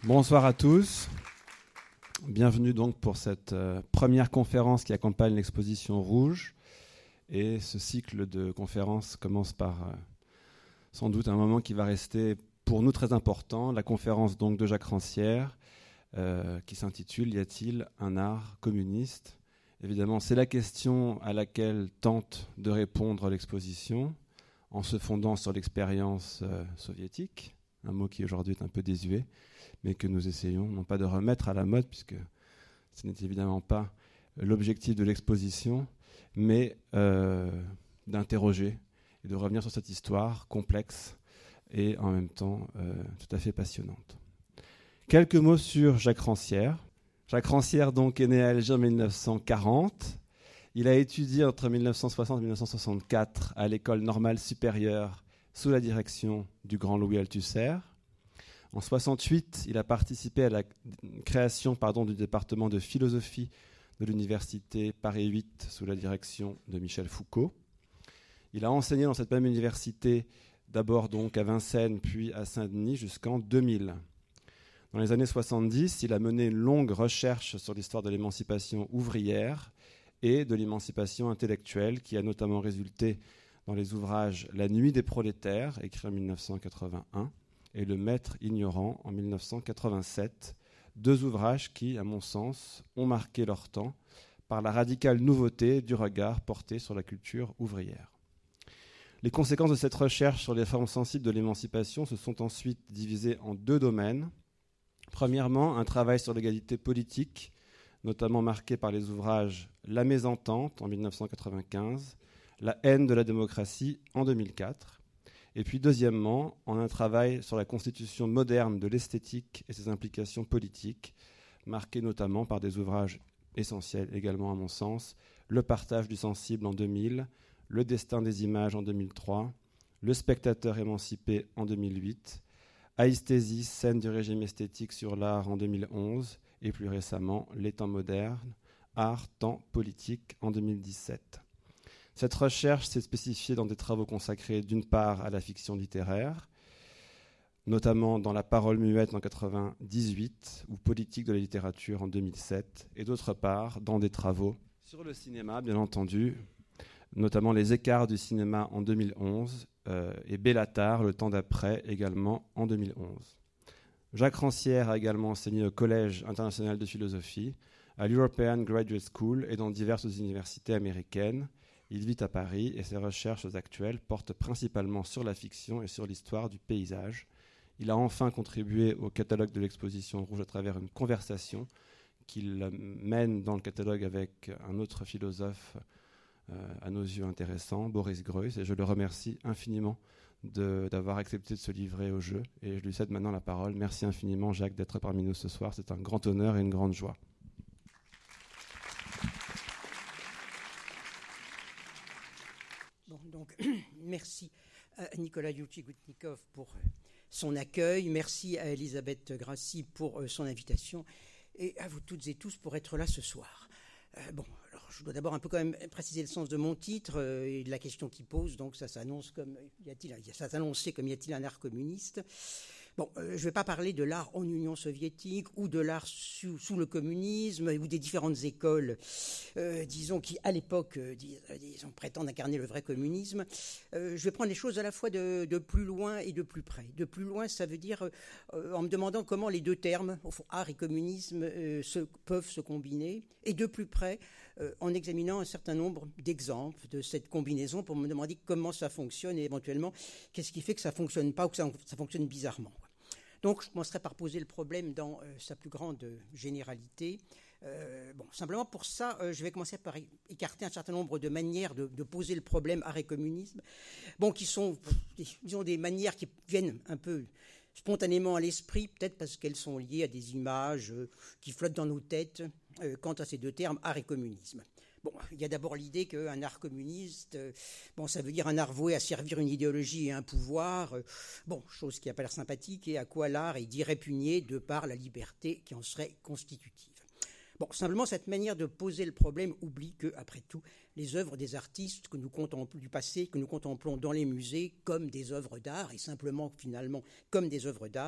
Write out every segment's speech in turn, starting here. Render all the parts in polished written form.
Bonsoir à tous. Bienvenue donc pour cette première conférence qui accompagne l'exposition Rouge. Et ce cycle de conférences commence par sans doute un moment qui va rester pour nous très important, la conférence donc de Jacques Rancière qui s'intitule « Y a-t-il un art communiste ?» Évidemment, c'est la question à laquelle tente de répondre l'exposition en se fondant sur l'expérience soviétique, un mot qui aujourd'hui est un peu désuet, mais que nous essayons non pas de remettre à la mode, puisque ce n'est évidemment pas l'objectif de l'exposition, mais d'interroger et de revenir sur cette histoire complexe et en même temps tout à fait passionnante. Quelques mots sur Jacques Rancière. Jacques Rancière donc, est né à Alger en 1940. Il a étudié entre 1960 et 1964 à l'école normale supérieure sous la direction du grand Louis Althusser. En 1968, il a participé à la création du département de philosophie de l'université Paris 8 sous la direction de Michel Foucault. Il a enseigné dans cette même université, d'abord donc à Vincennes, puis à Saint-Denis jusqu'en 2000. Dans les années 70, il a mené une longue recherche sur l'histoire de l'émancipation ouvrière et de l'émancipation intellectuelle, qui a notamment résulté dans les ouvrages La Nuit des prolétaires, écrit en 1981, et Le Maître ignorant en 1987, deux ouvrages qui, à mon sens, ont marqué leur temps par la radicale nouveauté du regard porté sur la culture ouvrière. Les conséquences de cette recherche sur les formes sensibles de l'émancipation se sont ensuite divisées en deux domaines. Premièrement, un travail sur l'égalité politique, notamment marqué par les ouvrages La Mésentente en 1995, La haine de la démocratie en 2004. Et puis deuxièmement, en un travail sur la constitution moderne de l'esthétique et ses implications politiques, marqué notamment par des ouvrages essentiels également à mon sens, Le partage du sensible en 2000, Le destin des images en 2003, Le spectateur émancipé en 2008, Aïsthésie, scène du régime esthétique sur l'art en 2011, et plus récemment, Les temps modernes, art, temps, politique en 2017. Cette recherche s'est spécifiée dans des travaux consacrés d'une part à la fiction littéraire, notamment dans La parole muette en 1998 ou Politique de la littérature en 2007, et d'autre part dans des travaux sur le cinéma, bien entendu, notamment Les écarts du cinéma en 2011 et Bellatar, Le temps d'après, également en 2011. Jacques Rancière a également enseigné au Collège international de philosophie, à l'European Graduate School et dans diverses universités américaines. Il vit à Paris et ses recherches actuelles portent principalement sur la fiction et sur l'histoire du paysage. Il a enfin contribué au catalogue de l'exposition Rouge à travers une conversation qu'il mène dans le catalogue avec un autre philosophe à nos yeux intéressant, Boris Greuze, et je le remercie infiniment d'avoir accepté de se livrer au jeu. Et je lui cède maintenant la parole. Merci infiniment, Jacques, d'être parmi nous ce soir. C'est un grand honneur et une grande joie. Donc, merci à Nicolas Yuchigutnikov pour son accueil, merci à Elisabeth Grassi pour son invitation et à vous toutes et tous pour être là ce soir. Alors je dois d'abord un peu quand même préciser le sens de mon titre et de la question qu'il pose. Donc ça s'annonce comme y a-t-il un art communiste ? Je ne vais pas parler de l'art en Union soviétique ou de l'art sous le communisme ou des différentes écoles, qui à l'époque, prétendent incarner le vrai communisme. Je vais prendre les choses à la fois de plus loin et de plus près. De plus loin, ça veut dire en me demandant comment les deux termes, au fond, art et communisme, peuvent se combiner. Et de plus près, en examinant un certain nombre d'exemples de cette combinaison pour me demander comment ça fonctionne et éventuellement qu'est-ce qui fait que ça ne fonctionne pas ou que ça fonctionne bizarrement. Donc, je commencerai par poser le problème dans sa plus grande généralité. Simplement pour ça, je vais commencer par écarter un certain nombre de manières de poser le problème art et communisme, qui sont, disons, des manières qui viennent un peu spontanément à l'esprit, peut-être parce qu'elles sont liées à des images qui flottent dans nos têtes quant à ces deux termes, art et communisme. Il y a d'abord l'idée qu'un art communiste, ça veut dire un art voué à servir une idéologie et un pouvoir, chose qui n'a pas l'air sympathique et à quoi l'art est dit répugné de par la liberté qui en serait constitutive. Simplement, cette manière de poser le problème oublie que, après tout, les œuvres des artistes du passé que nous contemplons dans les musées comme des œuvres d'art, et simplement, finalement, comme des œuvres d'art,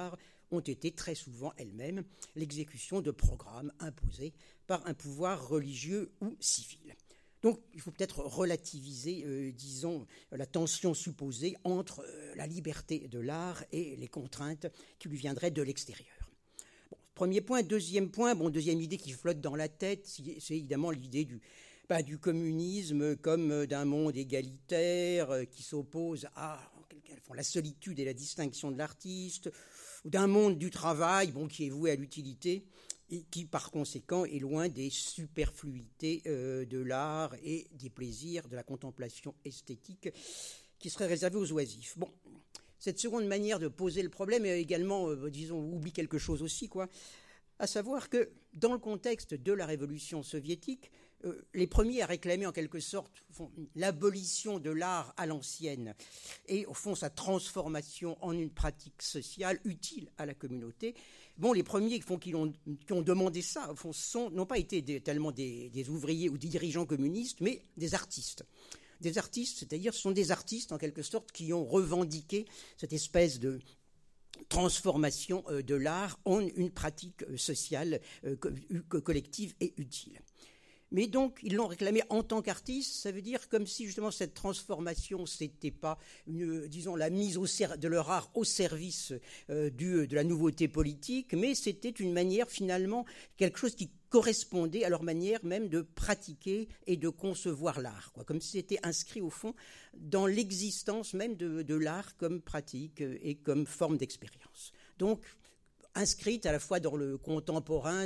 ont été très souvent elles-mêmes l'exécution de programmes imposés par un pouvoir religieux ou civil. Donc, il faut peut-être relativiser, disons, la tension supposée entre la liberté de l'art et les contraintes qui lui viendraient de l'extérieur. Bon, premier point. Deuxième point, deuxième idée qui flotte dans la tête, c'est évidemment l'idée du communisme comme d'un monde égalitaire qui s'oppose à la solitude et la distinction de l'artiste, ou d'un monde du travail qui est voué à l'utilité, et qui, par conséquent, est loin des superfluités de l'art et des plaisirs de la contemplation esthétique qui seraient réservés aux oisifs. Bon, cette seconde manière de poser le problème est également, oublie quelque chose aussi, à savoir que, dans le contexte de la révolution soviétique, les premiers à réclamer en quelque sorte l'abolition de l'art à l'ancienne et au fond sa transformation en une pratique sociale utile à la communauté, les premiers qui ont demandé ça n'ont pas été tellement des ouvriers ou des dirigeants communistes, mais des artistes. Des artistes, c'est-à-dire ce sont des artistes en quelque sorte qui ont revendiqué cette espèce de transformation de l'art en une pratique sociale collective et utile. Mais donc, ils l'ont réclamé en tant qu'artiste, ça veut dire comme si justement cette transformation, c'était pas la mise de leur art au service de la nouveauté politique, mais c'était une manière finalement, quelque chose qui correspondait à leur manière même de pratiquer et de concevoir l'art, comme si c'était inscrit au fond dans l'existence même de l'art comme pratique et comme forme d'expérience. Donc, inscrite à la fois dans le contemporain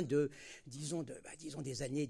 des années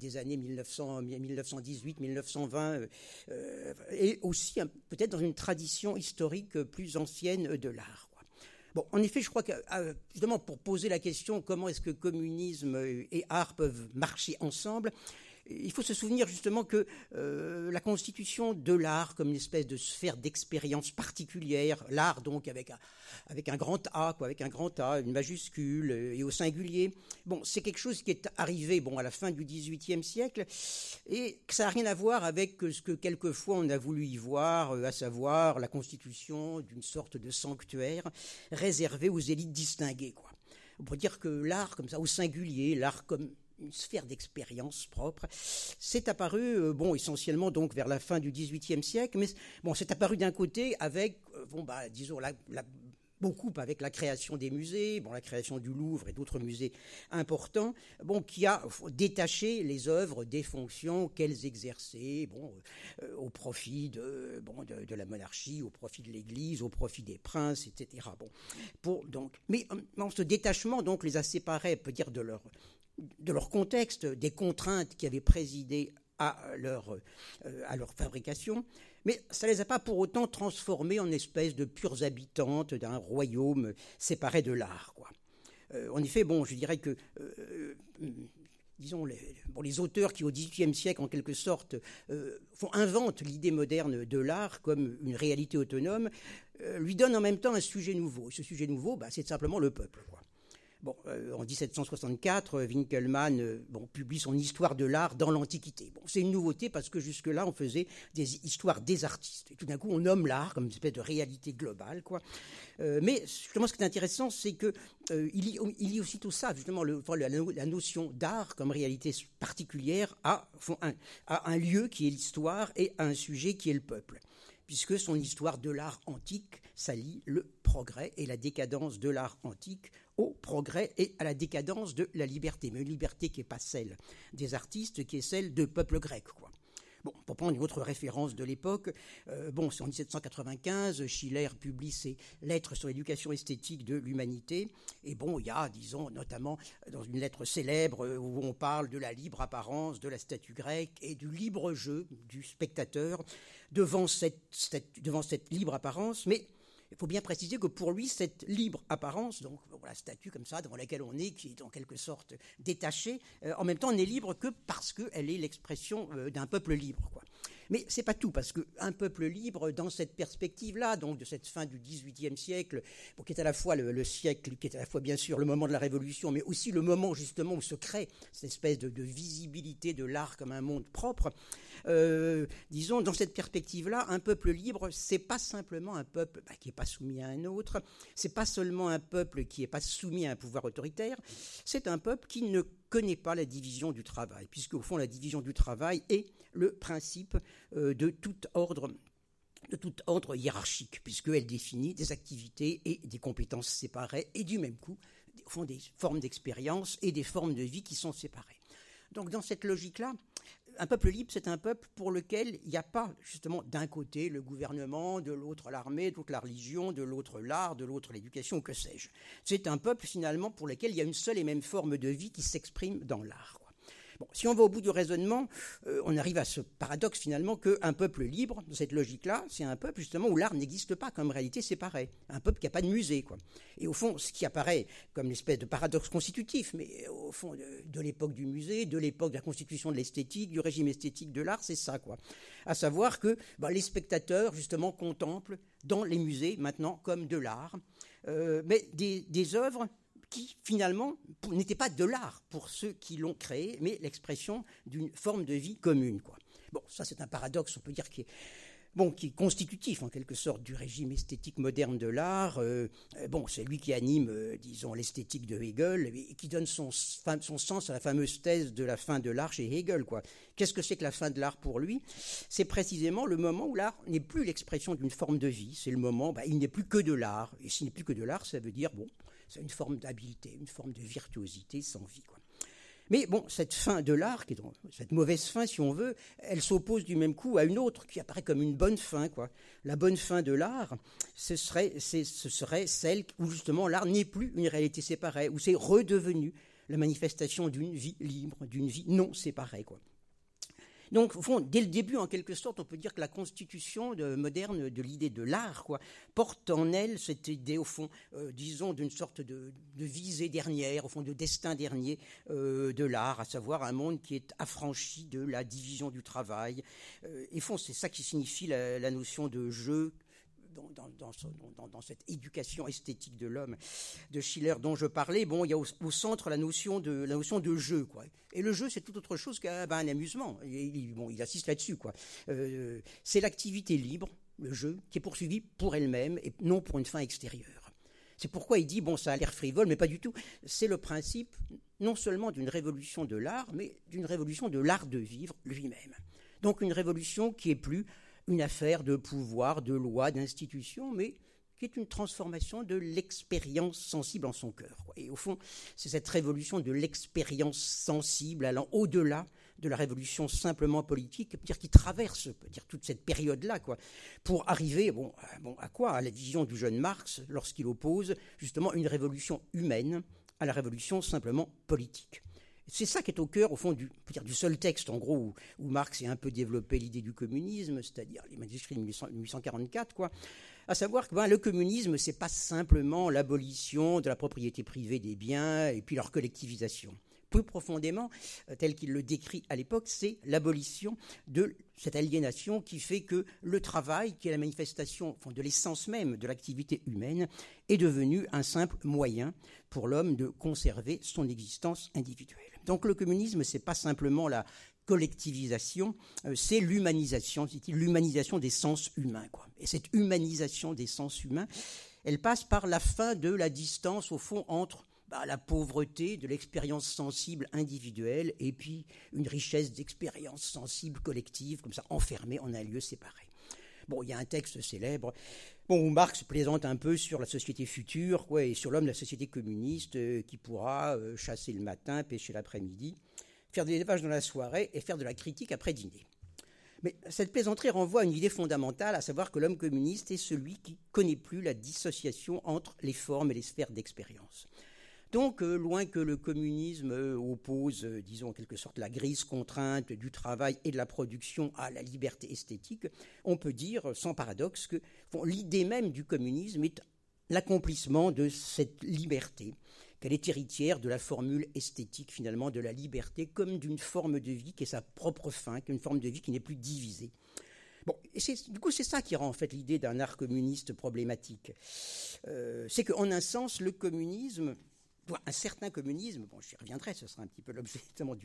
1918, 1920, et aussi peut-être dans une tradition historique plus ancienne de l'art. Bon, en effet, je crois que, justement, pour poser la question comment est-ce que communisme et art peuvent marcher ensemble, il faut se souvenir justement que la constitution de l'art comme une espèce de sphère d'expérience particulière, l'art donc avec un grand A, avec un grand A, une majuscule et au singulier, c'est quelque chose qui est arrivé à la fin du XVIIIe siècle et que ça n'a rien à voir avec ce que quelquefois on a voulu y voir, à savoir la constitution d'une sorte de sanctuaire réservé aux élites distinguées. On pourrait dire que l'art comme ça au singulier, l'art comme une sphère d'expérience propre, c'est apparu, essentiellement donc vers la fin du XVIIIe siècle, mais c'est apparu d'un côté avec, beaucoup avec la création des musées, la création du Louvre et d'autres musées importants, qui a détaché les œuvres des fonctions qu'elles exerçaient, au profit de la monarchie, au profit de l'Église, au profit des princes, etc. Mais ce détachement donc les a séparés, on peut dire, de leur contexte, des contraintes qui avaient présidé à leur fabrication, mais ça ne les a pas pour autant transformés en espèces de pures habitantes d'un royaume séparé de l'art. En effet, je dirais que les auteurs qui au XVIIIe siècle, en quelque sorte, inventent l'idée moderne de l'art comme une réalité autonome, lui donnent en même temps un sujet nouveau. Et ce sujet nouveau, c'est simplement le peuple. En 1764, Winkelmann publie son Histoire de l'art dans l'Antiquité. C'est une nouveauté parce que jusque-là, on faisait des histoires des artistes. Et tout d'un coup, on nomme l'art comme une espèce de réalité globale. Mais justement, ce qui est intéressant, c'est qu'il lie aussitôt ça, justement, la notion d'art comme réalité particulière à un lieu qui est l'histoire et à un sujet qui est le peuple. Puisque son Histoire de l'art antique, ça lie le progrès et la décadence de l'art antique au progrès et à la décadence de la liberté, mais une liberté qui n'est pas celle des artistes, qui est celle de peuple grec. Pour prendre une autre référence de l'époque, c'est en 1795, Schiller publie ses Lettres sur l'éducation esthétique de l'humanité, et il y a, notamment dans une lettre célèbre où on parle de la libre apparence de la statue grecque et du libre jeu du spectateur devant cette libre apparence, mais il faut bien préciser que pour lui, cette libre apparence, donc la statue comme ça, devant laquelle on est, qui est en quelque sorte détachée, en même temps n'est libre que parce qu'elle est l'expression d'un peuple libre. Mais c'est pas tout, parce qu'un peuple libre, dans cette perspective-là, donc de cette fin du XVIIIe siècle, qui est à la fois le siècle, qui est à la fois bien sûr le moment de la Révolution, mais aussi le moment justement où se crée cette espèce de visibilité de l'art comme un monde propre. Disons, dans cette perspective-là, un peuple libre, c'est pas simplement un peuple qui n'est pas soumis à un autre, c'est pas seulement un peuple qui n'est pas soumis à un pouvoir autoritaire, c'est un peuple qui ne connaît pas la division du travail, puisque au fond la division du travail est le principe de tout ordre hiérarchique, puisqu'elle définit des activités et des compétences séparées, et du même coup, au fond, des formes d'expérience et des formes de vie qui sont séparées. Donc dans cette logique-là, un peuple libre, c'est un peuple pour lequel il n'y a pas justement d'un côté le gouvernement, de l'autre l'armée, de l'autre la religion, de l'autre l'art, de l'autre l'éducation, que sais-je. C'est un peuple finalement pour lequel il y a une seule et même forme de vie qui s'exprime dans l'art. Bon, si on va au bout du raisonnement, on arrive à ce paradoxe finalement qu'un peuple libre, dans cette logique-là, c'est un peuple justement où l'art n'existe pas comme réalité séparée. Un peuple qui n'a pas de musée, quoi. Et au fond, ce qui apparaît comme une espèce de paradoxe constitutif, mais au fond de l'époque du musée, de l'époque de la constitution de l'esthétique, du régime esthétique de l'art, c'est ça, quoi. À savoir que les spectateurs justement contemplent dans les musées maintenant comme de l'art, mais des œuvres qui, finalement, n'était pas de l'art pour ceux qui l'ont créé, mais l'expression d'une forme de vie commune, quoi. Bon, ça, c'est un paradoxe, on peut dire, qui est constitutif, en quelque sorte, du régime esthétique moderne de l'art. C'est lui qui anime, disons, l'esthétique de Hegel, et qui donne son sens à la fameuse thèse de la fin de l'art chez Hegel, quoi. Qu'est-ce que c'est que la fin de l'art pour lui ? C'est précisément le moment où l'art n'est plus l'expression d'une forme de vie. C'est le moment, il n'est plus que de l'art. Et s'il n'est plus que de l'art, ça veut dire, c'est une forme d'habileté, une forme de virtuosité sans vie, quoi. Mais cette fin de l'art, cette mauvaise fin, si on veut, elle s'oppose du même coup à une autre qui apparaît comme une bonne fin, quoi. La bonne fin de l'art, ce serait celle où justement l'art n'est plus une réalité séparée, où c'est redevenu la manifestation d'une vie libre, d'une vie non séparée, quoi. Donc, au fond, dès le début, en quelque sorte, on peut dire que la constitution moderne de l'idée de l'art, quoi, porte en elle cette idée, au fond, disons, d'une sorte de visée dernière, au fond, de destin dernier de l'art, à savoir un monde qui est affranchi de la division du travail. Et au fond, c'est ça qui signifie la notion de jeu dans cette éducation esthétique de l'homme de Schiller dont je parlais. Il y a au centre la notion de jeu, quoi. Et le jeu, c'est tout autre chose qu'un amusement. Il assiste là-dessus, quoi. C'est l'activité libre, le jeu, qui est poursuivie pour elle-même et non pour une fin extérieure. C'est pourquoi il dit, ça a l'air frivole, mais pas du tout. C'est le principe non seulement d'une révolution de l'art, mais d'une révolution de l'art de vivre lui-même. Donc une révolution qui est plus une affaire de pouvoir, de loi, d'institution, mais qui est une transformation de l'expérience sensible en son cœur. Et au fond, c'est cette révolution de l'expérience sensible allant au-delà de la révolution simplement politique, qui traverse toute cette période-là, quoi, pour arriver à quoi ? À la vision du jeune Marx, lorsqu'il oppose justement une révolution humaine à la révolution simplement politique. C'est ça qui est au cœur, au fond, du seul texte, en gros, où Marx a un peu développé l'idée du communisme, c'est-à-dire les manuscrits de 1844, quoi. À savoir que le communisme, c'est pas simplement l'abolition de la propriété privée des biens et puis leur collectivisation. Plus profondément, tel qu'il le décrit à l'époque, c'est l'abolition de cette aliénation qui fait que le travail, qui est la manifestation de l'essence même de l'activité humaine, est devenu un simple moyen pour l'homme de conserver son existence individuelle. Donc le communisme, c'est pas simplement la collectivisation, c'est l'humanisation, c'est l'humanisation des sens humains, quoi. Et cette humanisation des sens humains, elle passe par la fin de la distance, au fond, entre la pauvreté de l'expérience sensible individuelle et puis une richesse d'expériences sensibles collectives, comme ça, enfermées en un lieu séparé. Il y a un texte célèbre où Marx plaisante un peu sur la société future, quoi, et sur l'homme de la société communiste qui pourra chasser le matin, pêcher l'après-midi, faire des élevages dans la soirée et faire de la critique après dîner. Mais cette plaisanterie renvoie à une idée fondamentale, à savoir que l'homme communiste est celui qui ne connaît plus la dissociation entre les formes et les sphères d'expérience. Donc, loin que le communisme oppose, disons en quelque sorte, la grise contrainte du travail et de la production à la liberté esthétique, on peut dire, sans paradoxe, que l'idée même du communisme est l'accomplissement de cette liberté qu'elle est héritière de la formule esthétique, finalement, de la liberté, comme d'une forme de vie qui est sa propre fin, qui est une forme de vie qui n'est plus divisée. Bon, et du coup, c'est ça qui rend en fait l'idée d'un art communiste problématique. C'est qu'en un sens, le communisme, un certain communisme, bon, j'y reviendrai, ce sera un petit peu l'objet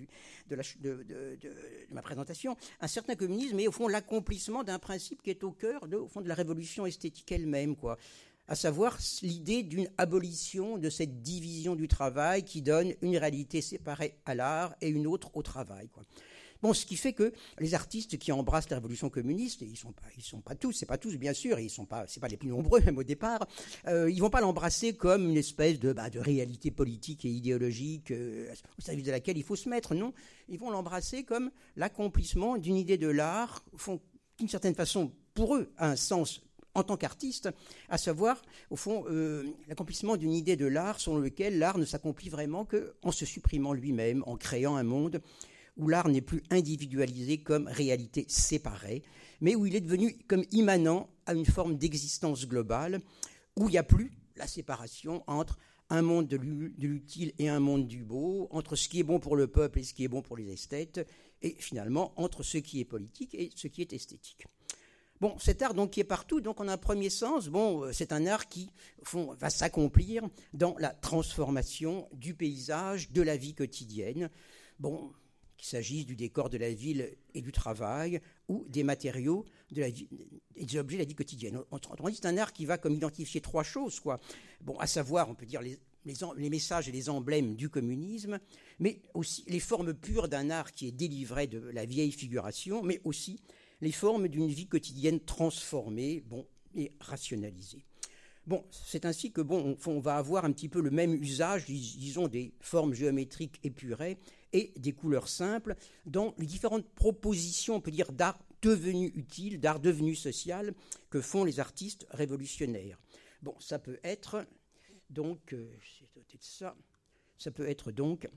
de ma présentation, un certain communisme est au fond l'accomplissement d'un principe qui est au cœur de la révolution esthétique elle-même, quoi. À savoir l'idée d'une abolition de cette division du travail qui donne une réalité séparée à l'art et une autre au travail, quoi. Bon, ce qui fait que les artistes qui embrassent la révolution communiste, et ils sont pas tous, c'est pas tous bien sûr, et c'est pas les plus nombreux même au départ, ils vont pas l'embrasser comme une espèce de réalité politique et idéologique au service de laquelle il faut se mettre. Non, ils vont l'embrasser comme l'accomplissement d'une idée de l'art, d'une certaine façon, pour eux, a un sens en tant qu'artiste, à savoir, au fond, l'accomplissement d'une idée de l'art selon lequel l'art ne s'accomplit vraiment qu'en se supprimant lui-même, en créant un monde où l'art n'est plus individualisé comme réalité séparée, mais où il est devenu comme immanent à une forme d'existence globale, où il n'y a plus la séparation entre un monde de l'utile et un monde du beau, entre ce qui est bon pour le peuple et ce qui est bon pour les esthètes, et finalement entre ce qui est politique et ce qui est esthétique. Bon, cet art donc qui est partout, donc en un premier sens, bon, c'est un art qui va s'accomplir dans la transformation du paysage, de la vie quotidienne. Bon, qu'il s'agisse du décor de la ville et du travail, ou des matériaux de la vie, et des objets de la vie quotidienne. Autrement dit, c'est un art qui va comme identifier trois choses, quoi. Bon, à savoir, on peut dire les messages et les emblèmes du communisme, mais aussi les formes pures d'un art qui est délivré de la vieille figuration, mais aussi les formes d'une vie quotidienne transformée, bon, et rationalisée. Bon, c'est ainsi que on va avoir un petit peu le même usage, disons, des formes géométriques épurées et des couleurs simples dans les différentes propositions, on peut dire, d'art devenu utile, d'art devenu social que font les artistes révolutionnaires. Bon, ça peut être donc, ça peut être donc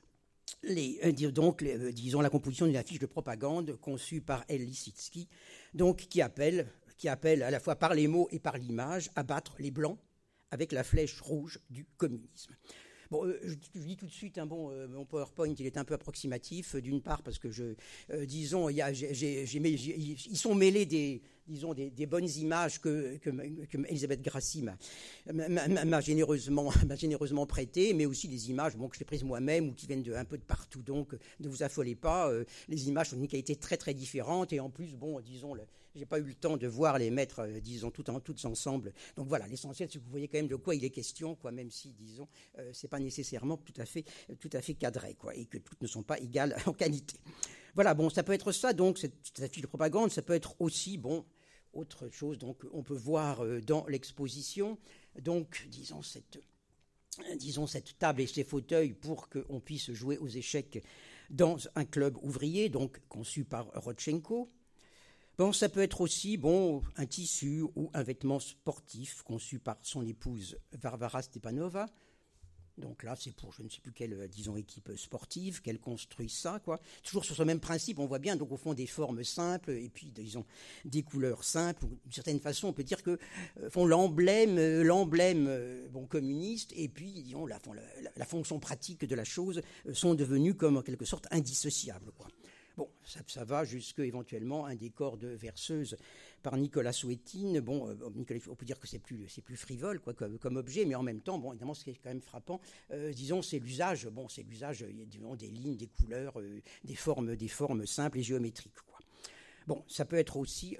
disons la composition d'une affiche de propagande conçue par L. Lissitzky, donc qui appelle à la fois par les mots et par l'image à battre les blancs avec la flèche rouge du communisme. Bon, je dis tout de suite, mon PowerPoint, il est un peu approximatif, d'une part parce que ils sont mêlés des bonnes images que Elisabeth Grassi m'a généreusement prêtées, mais aussi des images que j'ai prises moi-même ou qui viennent un peu de partout. Donc, ne vous affolez pas, les images ont une qualité très très différente et en plus, j'ai pas eu le temps de voir les mettre, toutes ensemble. Donc voilà, l'essentiel, c'est que vous voyez quand même de quoi il est question, quoi, même si, c'est pas nécessairement tout à fait cadré, quoi, et que toutes ne sont pas égales en qualité. Voilà, bon, ça peut être ça, donc, cette affiche de propagande, ça peut être aussi, autre chose, donc, on peut voir dans l'exposition, donc, cette table et ces fauteuils pour qu'on puisse jouer aux échecs dans un club ouvrier, donc, conçu par Rodchenko. Bon, ça peut être aussi un tissu ou un vêtement sportif conçu par son épouse Varvara Stepanova. Donc là, c'est pour je ne sais plus quelle, équipe sportive qu'elle construit ça, quoi. Toujours sur ce même principe, on voit bien, donc au fond, des formes simples et puis, des couleurs simples. D'une certaine façon, on peut dire que l'emblème communiste et puis, la fonction pratique de la chose sont devenus comme en quelque sorte indissociables, quoi. Bon, ça va jusque éventuellement un décor de verseuse par Nicolas Souetine. Bon, on peut dire que c'est plus frivole, quoi, comme objet, mais en même temps, évidemment, ce qui est quand même frappant, c'est l'usage. Des lignes, des couleurs, des formes simples et géométriques, quoi. Bon, ça peut être aussi,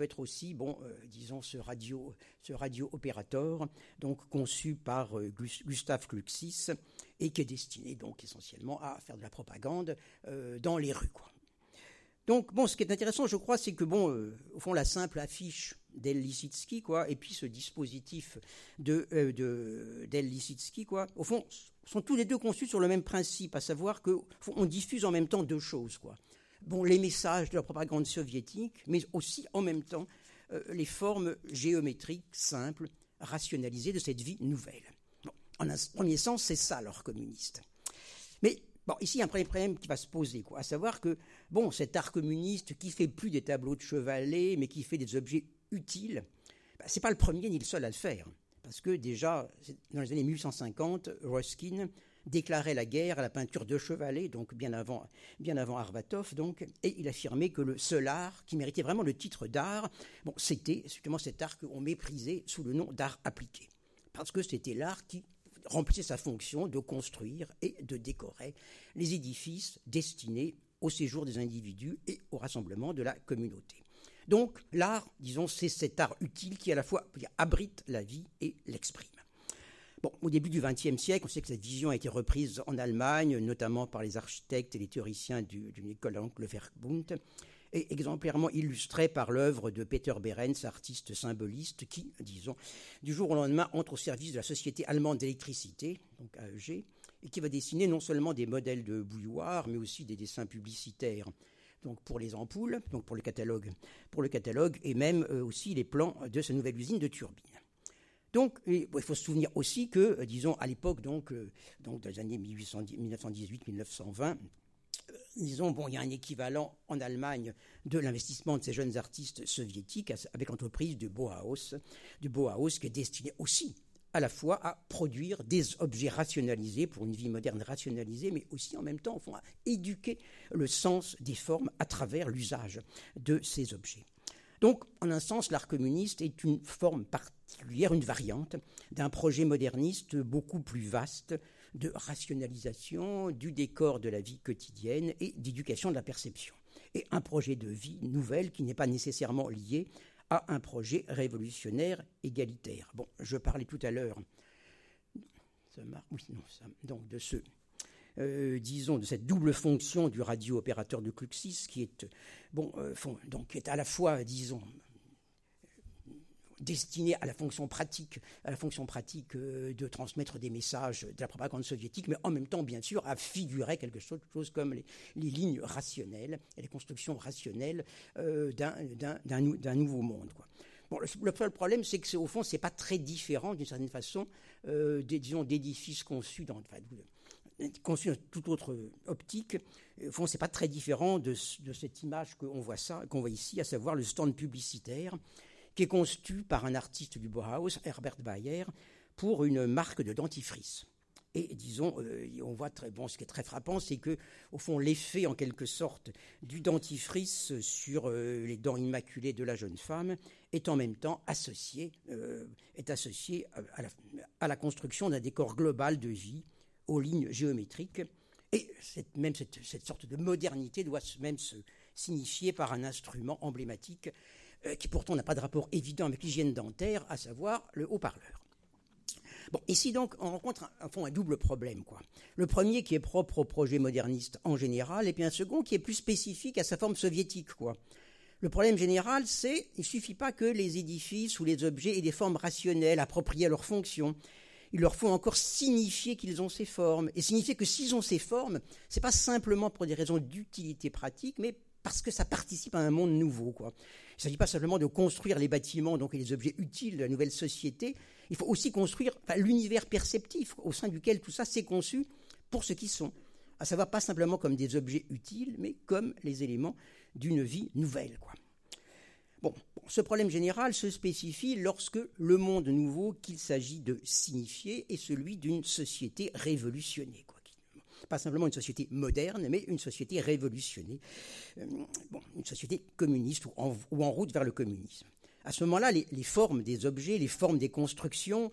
ce radio opérateur, donc conçu par Gustave Klucksis et qui est destiné donc essentiellement à faire de la propagande dans les rues, quoi. Donc, ce qui est intéressant, je crois, c'est que, au fond, la simple affiche d'El Lissitzky, quoi, et puis ce dispositif d'El Lissitzky, quoi, au fond, sont tous les deux conçus sur le même principe, à savoir qu'on diffuse en même temps deux choses, quoi. Les messages de la propagande soviétique, mais aussi, en même temps, les formes géométriques simples, rationalisées de cette vie nouvelle. En un premier sens, c'est ça, l'art communiste. Mais ici, il y a un premier problème qui va se poser, quoi, à savoir que, cet art communiste qui fait plus des tableaux de chevalet, mais qui fait des objets utiles, c'est pas le premier ni le seul à le faire. Parce que déjà, dans les années 1850, Ruskin déclarait la guerre à la peinture de chevalet, donc bien avant Arbatov, donc, et il affirmait que le seul art qui méritait vraiment le titre d'art, bon, c'était justement cet art qu'on méprisait sous le nom d'art appliqué. Parce que c'était l'art qui remplissait sa fonction de construire et de décorer les édifices destinés au séjour des individus et au rassemblement de la communauté. Donc l'art, disons, c'est cet art utile qui à la fois abrite la vie et l'exprime. Bon, au début du XXe siècle, on sait que cette vision a été reprise en Allemagne, notamment par les architectes et les théoriciens d'une école Werkbund, et exemplairement illustrée par l'œuvre de Peter Behrens, artiste symboliste, qui, disons, du jour au lendemain entre au service de la Société allemande d'électricité, donc AEG, et qui va dessiner non seulement des modèles de bouilloire, mais aussi des dessins publicitaires, donc pour les ampoules, donc pour le catalogue, et même aussi les plans de sa nouvelle usine de turbines. Donc, il faut se souvenir aussi que, disons, à l'époque, donc dans les années 1918-1920, disons, bon, il y a un équivalent en Allemagne de l'investissement de ces jeunes artistes soviétiques avec l'entreprise de Bauhaus qui est destinée aussi à la fois à produire des objets rationalisés pour une vie moderne rationalisée, mais aussi en même temps, à éduquer le sens des formes à travers l'usage de ces objets. Donc, en un sens, l'art communiste est une forme particulière, une variante d'un projet moderniste beaucoup plus vaste de rationalisation du décor de la vie quotidienne et d'éducation de la perception. Et un projet de vie nouvelle qui n'est pas nécessairement lié à un projet révolutionnaire égalitaire. Bon, je parlais tout à l'heure disons, de cette double fonction du radio-opérateur de Kluxis qui est, qui est à la fois, disons, destiné à la fonction pratique de transmettre des messages de la propagande soviétique, mais en même temps, bien sûr, à figurer quelque chose comme les lignes rationnelles et les constructions rationnelles d'un nouveau monde, quoi. Bon, le seul problème, c'est que au fond, c'est pas très différent, d'une certaine façon, d'édifices conçus dans toute autre optique. Au fond, c'est pas très différent de cette image qu'on voit ici, à savoir le stand publicitaire qui est conçu par un artiste du Bauhaus, Herbert Bayer, pour une marque de dentifrice. Et disons, on voit ce qui est très frappant, c'est que, au fond, l'effet en quelque sorte du dentifrice sur les dents immaculées de la jeune femme est en même temps associé à la construction d'un décor global de vie aux lignes géométriques. Et cette sorte de modernité doit même se signifier par un instrument emblématique qui pourtant n'a pas de rapport évident avec l'hygiène dentaire, à savoir le haut-parleur. Bon, ici donc, on rencontre un double problème, quoi. Le premier qui est propre au projet moderniste en général, et puis un second qui est plus spécifique à sa forme soviétique, quoi. Le problème général, c'est qu'il ne suffit pas que les édifices ou les objets aient des formes rationnelles, appropriées à leur fonction. Il leur faut encore signifier qu'ils ont ces formes. Et signifier que s'ils ont ces formes, ce n'est pas simplement pour des raisons d'utilité pratique, mais parce que ça participe à un monde nouveau, quoi. Il ne s'agit pas simplement de construire les bâtiments donc, et les objets utiles de la nouvelle société. Il faut aussi construire l'univers perceptif au sein duquel tout ça s'est conçu pour ce qu'ils sont. À savoir pas simplement comme des objets utiles, mais comme les éléments d'une vie nouvelle, quoi. Bon, ce problème général se spécifie lorsque le monde nouveau qu'il s'agit de signifier est celui d'une société révolutionnée, quoi. Pas simplement une société moderne, mais une société révolutionnée, une société communiste ou en route vers le communisme. À ce moment-là, les formes des objets, les formes des constructions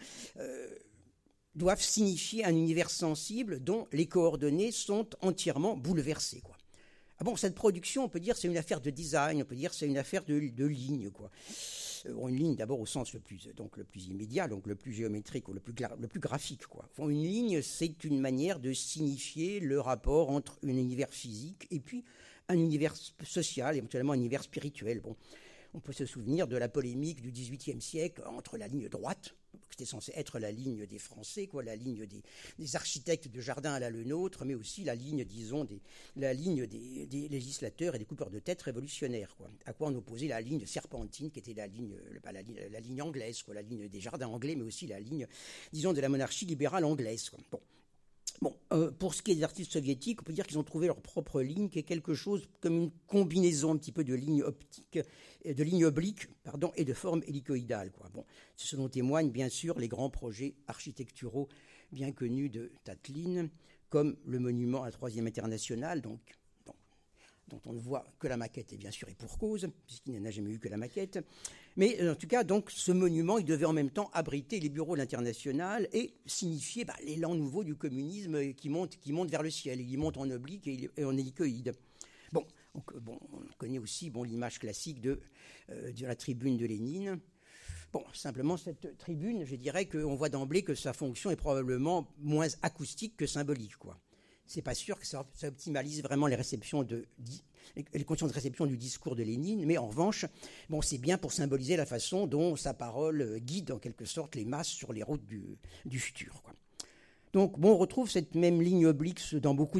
doivent signifier un univers sensible dont les coordonnées sont entièrement bouleversées, quoi. Ah bon, cette production, on peut dire, c'est une affaire de design, on peut dire c'est une affaire de ligne, quoi. Une ligne d'abord au sens le plus immédiat, donc le plus géométrique ou le plus graphique, quoi. Une ligne, c'est une manière de signifier le rapport entre un univers physique et puis un univers social, éventuellement un univers spirituel. Bon, on peut se souvenir de la polémique du XVIIIe siècle entre la ligne droite, qui était censée être la ligne des Français, quoi, la ligne des architectes de jardin à la Lenôtre, mais aussi la ligne, disons, des législateurs et des coupeurs de tête révolutionnaires, quoi. À quoi on opposait la ligne serpentine, qui était la ligne anglaise, quoi, la ligne des jardins anglais, mais aussi la ligne, disons, de la monarchie libérale anglaise, quoi. Bon, pour ce qui est des artistes soviétiques, on peut dire qu'ils ont trouvé leur propre ligne, qui est quelque chose comme une combinaison un petit peu de lignes optiques, de lignes obliques, et de formes hélicoïdales, quoi. Bon, c'est ce dont témoignent bien sûr les grands projets architecturaux bien connus de Tatlin, comme le monument à la Troisième Internationale, dont on ne voit que la maquette, et bien sûr, et pour cause, puisqu'il n'en a jamais eu que la maquette. Mais en tout cas, donc, ce monument, il devait en même temps abriter les bureaux de l'Internationale et signifier l'élan nouveau du communisme qui monte vers le ciel. Il monte en oblique et en hélicoïde. Bon, on connaît aussi l'image classique de la tribune de Lénine. Bon, simplement, cette tribune, je dirais qu'on voit d'emblée que sa fonction est probablement moins acoustique que symbolique, quoi. C'est pas sûr que ça optimalise vraiment les conditions de réception du discours de Lénine, mais en revanche, c'est bien pour symboliser la façon dont sa parole guide en quelque sorte les masses sur les routes du futur, quoi. Donc, on retrouve cette même ligne oblique dans beaucoup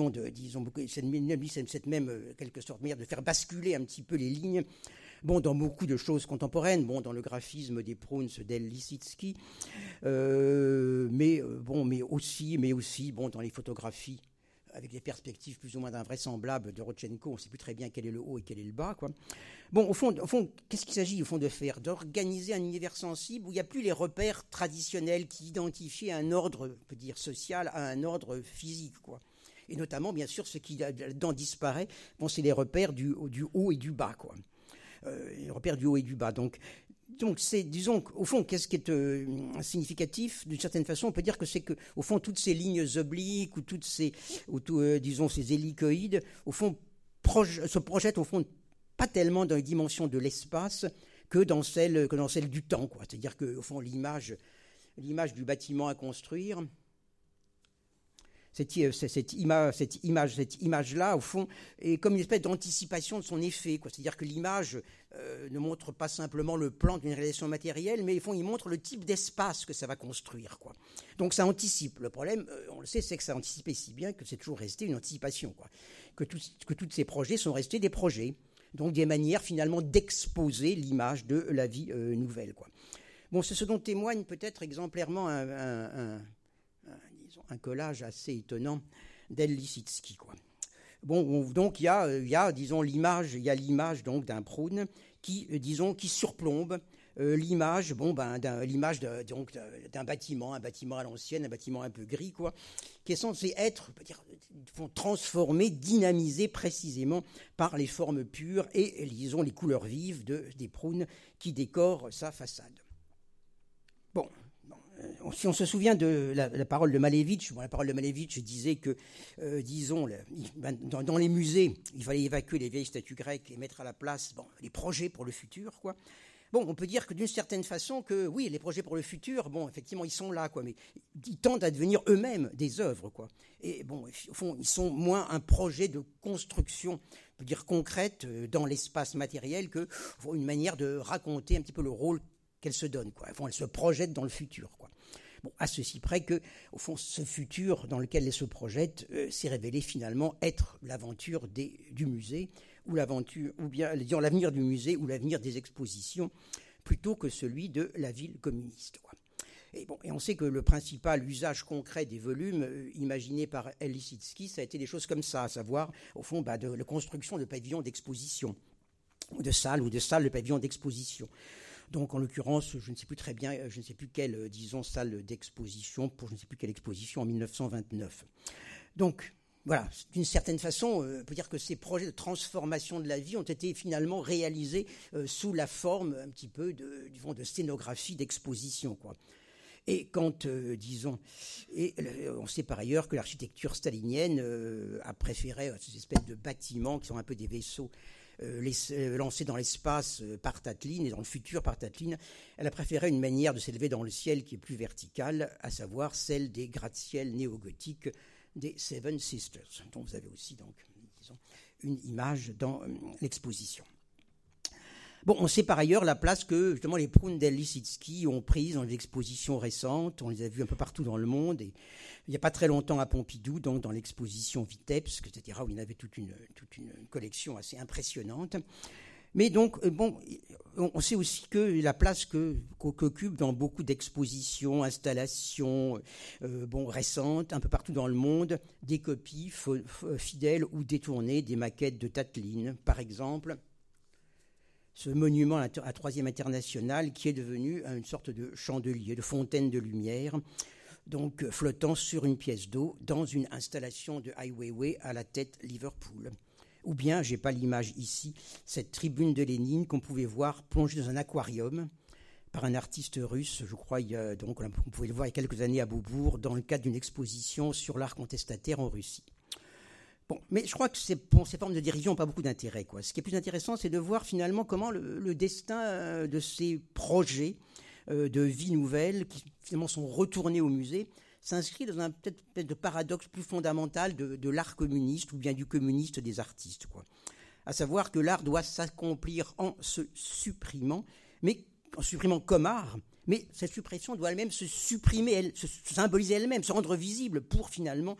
cette même quelque sorte manière de faire basculer un petit peu les lignes. Dans beaucoup de choses contemporaines, dans le graphisme des Prunes d'El Lissitzky, mais aussi dans les photographies avec des perspectives plus ou moins invraisemblables de Rodchenko, on ne sait plus très bien quel est le haut et quel est le bas, quoi. Au fond, qu'est-ce qu'il s'agit au fond de faire? D'organiser un univers sensible où il n'y a plus les repères traditionnels qui identifient un ordre, on peut dire social, à un ordre physique, quoi. Et notamment, bien sûr, ce qui là-dedans disparaît, c'est les repères du haut et du bas, quoi. Les repères du haut et du bas. Donc c'est, disons, au fond, qu'est-ce qui est significatif d'une certaine façon, on peut dire que c'est que, au fond, toutes ces lignes obliques ou ces hélicoïdes, au fond, se projettent au fond pas tellement dans les dimensions de l'espace que dans celle du temps, quoi. C'est-à-dire que, au fond, l'image du bâtiment à construire. Cette image-là, au fond, est comme une espèce d'anticipation de son effet, quoi. C'est-à-dire que l'image ne montre pas simplement le plan d'une réalisation matérielle, mais au fond, il montre le type d'espace que ça va construire, quoi. Donc ça anticipe. Le problème, on le sait, c'est que ça anticipait si bien que c'est toujours resté une anticipation, quoi. Que tous ces projets sont restés des projets, donc des manières finalement d'exposer l'image de la vie nouvelle, quoi. C'est ce dont témoigne peut-être exemplairement un collage assez étonnant d'El Lissitzky, quoi. Donc il y a disons l'image donc d'un Prune qui surplombe l'image d'un bâtiment, un bâtiment à l'ancienne, un bâtiment un peu gris, quoi, qui est censé être, transformé, dynamisé précisément par les formes pures et disons les couleurs vives des Prunes qui décorent sa façade. Si on se souvient de la parole de Malevitch, la parole de Malevitch disait que, dans les musées, il fallait évacuer les vieilles statues grecques et mettre à la place les projets pour le futur, quoi. On peut dire que d'une certaine façon, que oui, les projets pour le futur, effectivement, ils sont là, quoi, mais ils tendent à devenir eux-mêmes des œuvres, quoi. Et au fond, ils sont moins un projet de construction, on peut dire concrète, dans l'espace matériel, que une manière de raconter un petit peu le rôle qu'elle se donne, quoi. Elle se projette dans le futur, quoi. À ceci près que, au fond, ce futur dans lequel elle se projette s'est révélé finalement être l'aventure du musée, ou l'avenir du musée ou l'avenir des expositions, plutôt que celui de la ville communiste, quoi. Et on sait que le principal usage concret des volumes imaginés par El Lissitzky, ça a été des choses comme ça, à savoir, au fond, de la construction de pavillons d'exposition, ou de salles de pavillons d'exposition. Donc, en l'occurrence, je ne sais plus très bien, je ne sais plus quelle, salle d'exposition pour je ne sais plus quelle exposition en 1929. Donc, voilà, d'une certaine façon, on peut dire que ces projets de transformation de la vie ont été finalement réalisés sous la forme un petit peu de scénographie d'exposition, quoi. Et quand, on sait par ailleurs que l'architecture stalinienne a préféré ces espèces de bâtiments qui sont un peu des vaisseaux lancés dans l'espace par Tatlin et dans le futur par Tatlin, elle a préféré une manière de s'élever dans le ciel qui est plus verticale, à savoir celle des gratte-ciels néo-gothiques des Seven Sisters, dont vous avez aussi donc, une image dans l'exposition. On sait par ailleurs la place que justement les Prunes d'El Lissitzky ont prise dans les expositions récentes. On les a vues un peu partout dans le monde. Et il n'y a pas très longtemps à Pompidou, donc dans l'exposition Vitebsk, etc., où il y avait toute une collection assez impressionnante. Mais donc, on sait aussi que la place qu'occupe dans beaucoup d'expositions, installations récentes, un peu partout dans le monde, des copies fidèles ou détournées des maquettes de Tatlin, par exemple. Ce monument à la Troisième Internationale qui est devenu une sorte de chandelier, de fontaine de lumière, donc flottant sur une pièce d'eau dans une installation de Ai Weiwei à la tête Liverpool. Ou bien, je n'ai pas l'image ici, cette tribune de Lénine qu'on pouvait voir plongée dans un aquarium par un artiste russe, je crois, donc on pouvait le voir il y a quelques années à Beaubourg, dans le cadre d'une exposition sur l'art contestataire en Russie. Bon, mais je crois que ces formes de dérision n'ont pas beaucoup d'intérêt, quoi. Ce qui est plus intéressant, c'est de voir finalement comment le destin de ces projets de vie nouvelle, qui finalement sont retournés au musée, s'inscrit dans un peut-être de paradoxe plus fondamental de l'art communiste ou bien du communiste des artistes, quoi. À savoir que l'art doit s'accomplir en se supprimant, mais en supprimant comme art, mais cette suppression doit elle-même se supprimer, se symboliser elle-même, se rendre visible pour finalement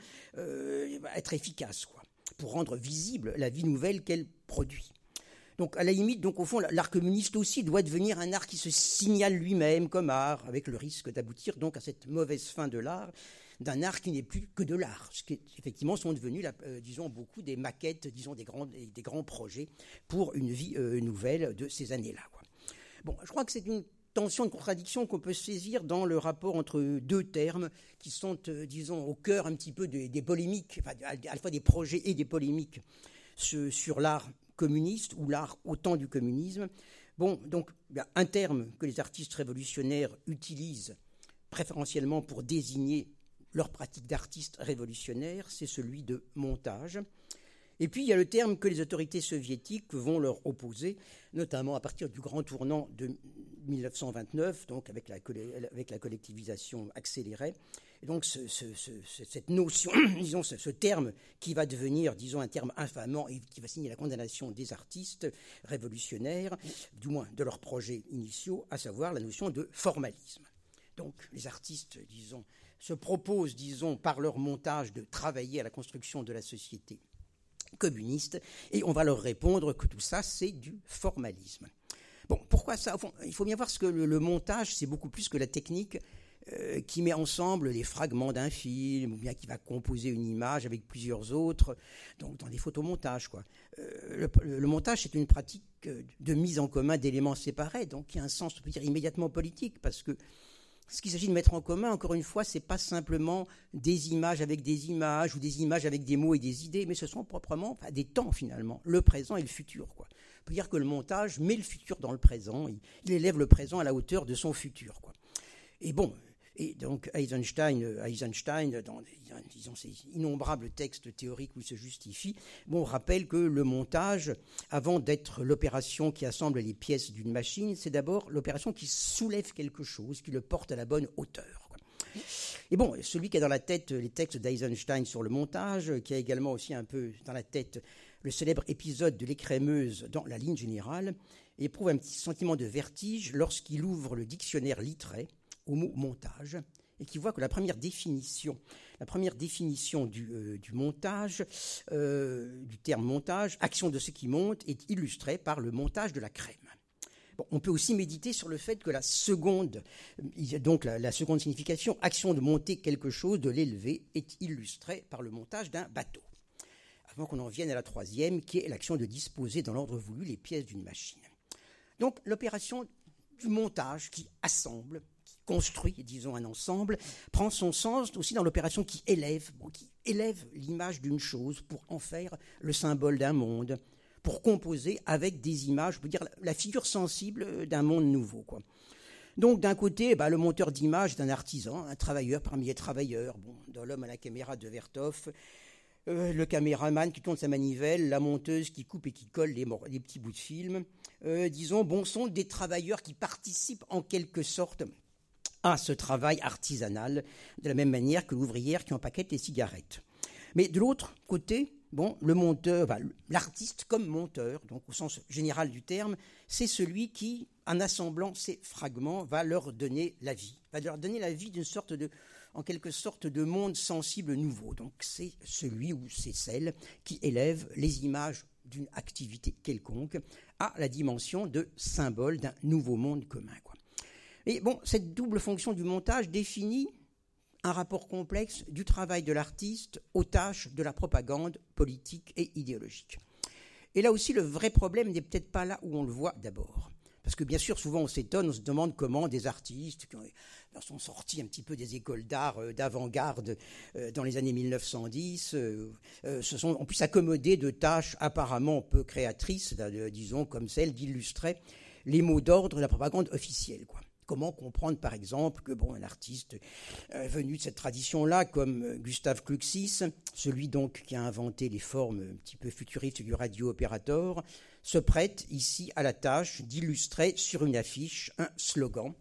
être efficace, quoi, pour rendre visible la vie nouvelle qu'elle produit. Donc, à la limite, donc, au fond, l'art communiste aussi doit devenir un art qui se signale lui-même comme art, avec le risque d'aboutir donc à cette mauvaise fin de l'art, d'un art qui n'est plus que de l'art, ce qui effectivement sont devenus, disons, beaucoup des maquettes, disons, des grands projets pour une vie nouvelle de ces années-là, quoi. Bon, je crois que c'est une tension, une contradiction qu'on peut saisir dans le rapport entre deux termes qui sont, disons, au cœur un petit peu des polémiques, enfin, à la fois des projets et des polémiques sur l'art communiste ou l'art au temps du communisme. Bon, donc, un terme que les artistes révolutionnaires utilisent préférentiellement pour désigner leur pratique d'artiste révolutionnaire, c'est celui de montage. Et puis, il y a le terme que les autorités soviétiques vont leur opposer, notamment à partir du grand tournant de 1929, donc avec la collectivisation accélérée. Et donc, cette notion, disons, ce terme qui va devenir, disons, un terme infamant et qui va signer la condamnation des artistes révolutionnaires, du moins de leurs projets initiaux, à savoir la notion de formalisme. Donc, les artistes, disons, se proposent, disons, par leur montage de travailler à la construction de la société communiste, et on va leur répondre que tout ça, c'est du formalisme. Bon, pourquoi ça ? Il faut bien voir que le montage, c'est beaucoup plus que la technique qui met ensemble les fragments d'un film, ou bien qui va composer une image avec plusieurs autres, donc dans des photomontages, quoi. Le montage, c'est une pratique de mise en commun d'éléments séparés, donc qui a un sens, on peut dire, immédiatement politique, parce que ce qu'il s'agit de mettre en commun, encore une fois, ce n'est pas simplement des images avec des images ou des images avec des mots et des idées, mais ce sont proprement des temps, finalement, le présent et le futur, quoi. On peut dire que le montage met le futur dans le présent, il élève le présent à la hauteur de son futur, quoi. Et bon, et donc Eisenstein dans disons, ces innombrables textes théoriques où il se justifie, bon, rappelle que le montage, avant d'être l'opération qui assemble les pièces d'une machine, c'est d'abord l'opération qui soulève quelque chose, qui le porte à la bonne hauteur, quoi. Et bon, celui qui a dans la tête les textes d'Eisenstein sur le montage, qui a également aussi un peu dans la tête le célèbre épisode de l'écrémeuse dans La Ligne générale, éprouve un petit sentiment de vertige lorsqu'il ouvre le dictionnaire Littré au mot montage, et qui voit que la première définition du montage, du terme montage, action de ce qui monte, est illustrée par le montage de la crème. Bon, on peut aussi méditer sur le fait que la seconde signification, action de monter quelque chose, de l'élever, est illustrée par le montage d'un bateau. Avant qu'on en vienne à la troisième, qui est l'action de disposer dans l'ordre voulu les pièces d'une machine. Donc l'opération du montage qui assemble, construit, disons, un ensemble, prend son sens aussi dans l'opération qui élève l'image d'une chose pour en faire le symbole d'un monde, pour composer avec des images, je peux dire la figure sensible d'un monde nouveau, quoi. Donc d'un côté, le monteur d'image est un artisan, un travailleur parmi les travailleurs, dans L'homme à la caméra de Vertov, le caméraman qui tourne sa manivelle, la monteuse qui coupe et qui colle les petits bouts de film, sont des travailleurs qui participent en quelque sorte à ce travail artisanal, de la même manière que l'ouvrière qui empaquette les cigarettes. Mais de l'autre côté, le monteur, l'artiste comme monteur, donc au sens général du terme, c'est celui qui, en assemblant ces fragments, va leur donner la vie d'une sorte de en quelque sorte de monde sensible nouveau. Donc c'est celui ou c'est celle qui élève les images d'une activité quelconque à la dimension de symbole d'un nouveau monde commun, quoi. Et bon, cette double fonction du montage définit un rapport complexe du travail de l'artiste aux tâches de la propagande politique et idéologique. Et là aussi, le vrai problème n'est peut-être pas là où on le voit d'abord. Parce que bien sûr, souvent on s'étonne, on se demande comment des artistes qui sont sortis un petit peu des écoles d'art d'avant-garde dans les années 1910 ont pu s'accommoder de tâches apparemment peu créatrices, disons comme celle d'illustrer les mots d'ordre de la propagande officielle, quoi. Comment comprendre, par exemple, que un artiste venu de cette tradition-là, comme Gustav Klucksis, celui donc qui a inventé les formes un petit peu futuristes du radio-opérateur, se prête ici à la tâche d'illustrer sur une affiche un slogan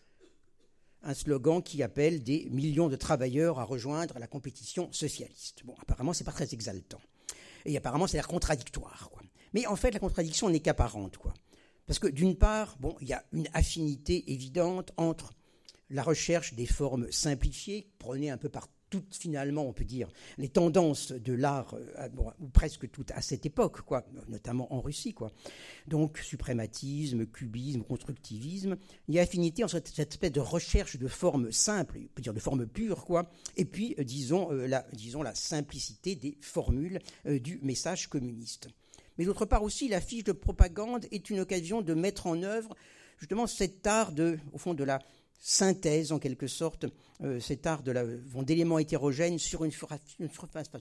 qui appelle des millions de travailleurs à rejoindre la compétition socialiste. Bon, apparemment, c'est pas très exaltant. Et apparemment, ça a l'air contradictoire, quoi. Mais en fait, la contradiction n'est qu'apparente, quoi. Parce que d'une part, il y a une affinité évidente entre la recherche des formes simplifiées, prônées un peu par toutes, finalement, on peut dire, les tendances de l'art, ou presque toutes à cette époque, quoi, notamment en Russie, quoi. Donc, suprématisme, cubisme, constructivisme, il y a affinité entre cette espèce de recherche de formes simples, on peut dire de formes pures, quoi, et puis, disons, la simplicité des formules du message communiste. Mais d'autre part aussi, la fiche de propagande est une occasion de mettre en œuvre justement cet art au fond de la synthèse en quelque sorte, cet art d'éléments hétérogènes sur une surface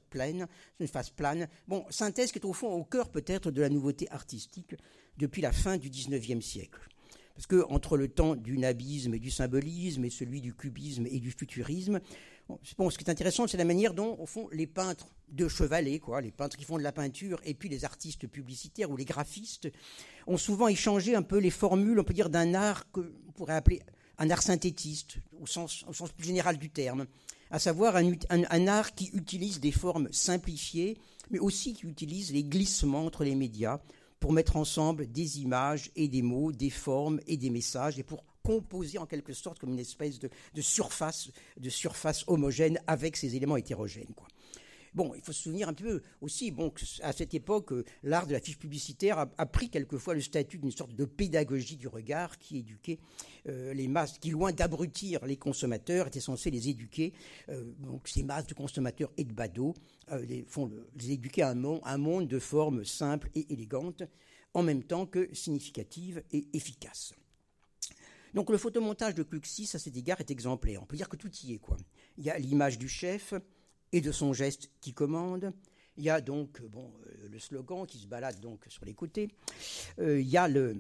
plane. Bon, synthèse qui est au fond au cœur peut-être de la nouveauté artistique depuis la fin du XIXe siècle. Parce que entre le temps du nabisme et du symbolisme et celui du cubisme et du futurisme, ce qui est intéressant, c'est la manière dont, au fond, les peintres de chevalet, quoi, les peintres qui font de la peinture, et puis les artistes publicitaires ou les graphistes, ont souvent échangé un peu les formules, on peut dire, d'un art qu'on pourrait appeler un art synthétiste, au sens plus général du terme, à savoir un art qui utilise des formes simplifiées, mais aussi qui utilise les glissements entre les médias pour mettre ensemble des images et des mots, des formes et des messages, et pour composer en quelque sorte comme une espèce de surface homogène avec ces éléments hétérogènes, quoi. Bon, il faut se souvenir un peu aussi, qu'à cette époque, l'art de la fiche publicitaire a pris quelquefois le statut d'une sorte de pédagogie du regard qui éduquait les masses, qui loin d'abrutir les consommateurs, était censé les éduquer, donc ces masses de consommateurs et de badauds, les éduquer à un monde de formes simples et élégantes, en même temps que significatives et efficaces. Donc le photomontage de Klucksis, à cet égard, est exemplaire. On peut dire que tout y est, quoi. Il y a l'image du chef et de son geste qui commande. Il y a donc le slogan qui se balade donc sur les côtés. Il y a les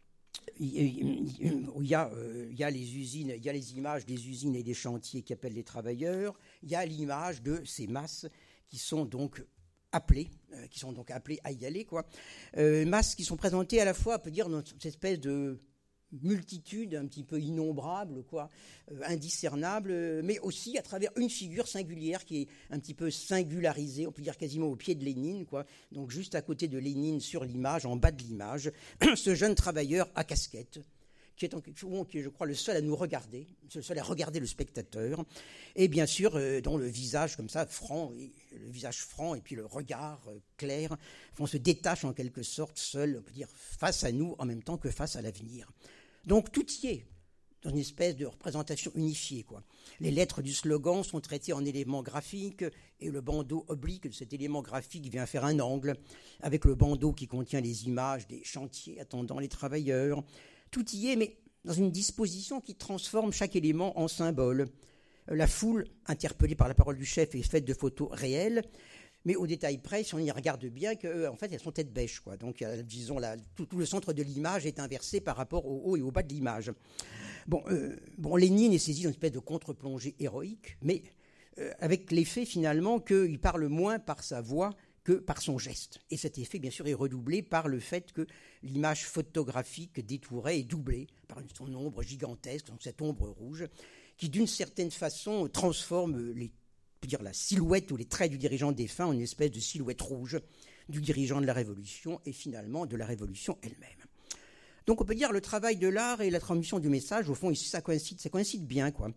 usines, il y a les images des usines et des chantiers qui appellent les travailleurs. Il y a l'image de ces masses qui sont donc appelées à y aller, quoi. Masses qui sont présentées à la fois, on peut dire, dans cette espèce de multitude un petit peu innombrable, quoi, indiscernable, mais aussi à travers une figure singulière qui est un petit peu singularisée, on peut dire quasiment au pied de Lénine, quoi. Donc juste à côté de Lénine sur l'image, en bas de l'image, ce jeune travailleur à casquette, qui est, je crois, le seul à nous regarder, le seul à regarder le spectateur, et bien sûr, dont le visage comme ça, franc, et puis le regard clair, se détache en quelque sorte seul, on peut dire, face à nous, en même temps que face à l'avenir. Donc tout y est, dans une espèce de représentation unifiée, quoi. Les lettres du slogan sont traitées en éléments graphiques, et le bandeau oblique de cet élément graphique vient faire un angle, avec le bandeau qui contient les images des chantiers attendant les travailleurs. Tout y est, mais dans une disposition qui transforme chaque élément en symbole. La foule, interpellée par la parole du chef, est faite de photos réelles, mais au détail près, si on y regarde bien, en fait, elles sont tête bêche, quoi. Donc, disons, tout le centre de l'image est inversé par rapport au haut et au bas de l'image. Lénine est saisi dans une espèce de contre-plongée héroïque, mais avec l'effet, finalement, qu'il parle moins par sa voix que par son geste. Et cet effet, bien sûr, est redoublé par le fait que l'image photographique d'Etouré est doublée par son ombre gigantesque, donc cette ombre rouge, qui, d'une certaine façon, transforme la silhouette ou les traits du dirigeant défunt en une espèce de silhouette rouge du dirigeant de la Révolution et finalement de la Révolution elle-même. Donc on peut dire le travail de l'art et la transmission du message, au fond, ici, ça coïncide bien, quoi.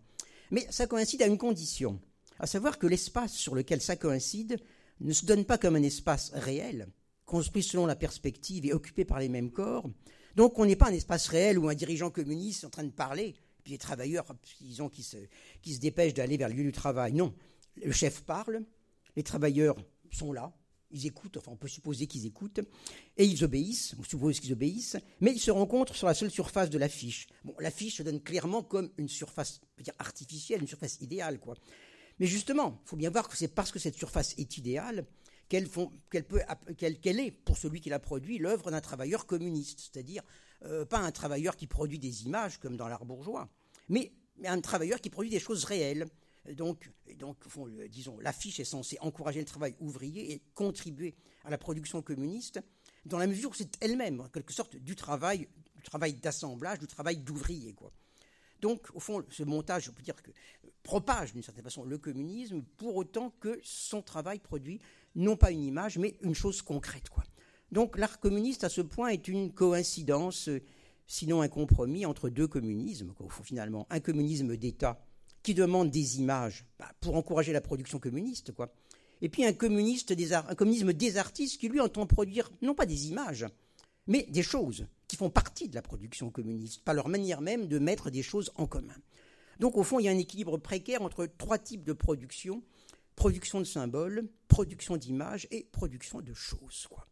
Mais ça coïncide à une condition, à savoir que l'espace sur lequel ça coïncide ne se donne pas comme un espace réel, construit selon la perspective et occupé par les mêmes corps. Donc on n'est pas un espace réel où un dirigeant communiste est en train de parler, puis les travailleurs, disons, qui se dépêchent d'aller vers le lieu du travail. Non, le chef parle, les travailleurs sont là, ils écoutent, enfin on peut supposer qu'ils écoutent, et ils obéissent, on suppose qu'ils obéissent, mais ils se rencontrent sur la seule surface de l'affiche. Bon, l'affiche se donne clairement comme une surface, on peut dire artificielle, une surface idéale, quoi. Mais justement, il faut bien voir que c'est parce que cette surface est idéale qu'elle est, pour celui qui la produit, l'œuvre d'un travailleur communiste, c'est-à-dire pas un travailleur qui produit des images comme dans l'art bourgeois, mais un travailleur qui produit des choses réelles. Donc disons, l'affiche est censée encourager le travail ouvrier et contribuer à la production communiste, dans la mesure où c'est elle-même, en quelque sorte, du travail d'assemblage, du travail d'ouvrier, quoi. Donc, au fond, ce montage, on peut dire que propage d'une certaine façon le communisme, pour autant que son travail produit non pas une image, mais une chose concrète, quoi. Donc, l'art communiste, à ce point, est une coïncidence, sinon un compromis entre deux communismes, quoi, au fond, finalement. Un communisme d'État qui demande des images pour encourager la production communiste, quoi. Et puis un communisme des artistes qui, lui, entend produire non pas des images, mais des choses qui font partie de la production communiste, par leur manière même de mettre des choses en commun. Donc, au fond, il y a un équilibre précaire entre trois types de production: production de symboles, production d'images et production de choses, quoi.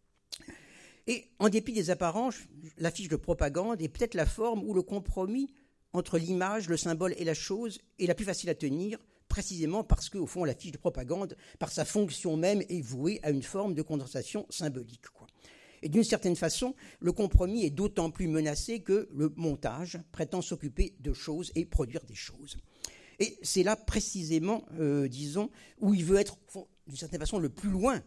Et en dépit des apparences, l'affiche de propagande est peut-être la forme où le compromis entre l'image, le symbole et la chose est la plus facile à tenir, précisément parce que, au fond, l'affiche de propagande, par sa fonction même, est vouée à une forme de condensation symbolique, quoi. Et d'une certaine façon, le compromis est d'autant plus menacé que le montage prétend s'occuper de choses et produire des choses. Et c'est là précisément, disons, où il veut être, d'une certaine façon, le plus loin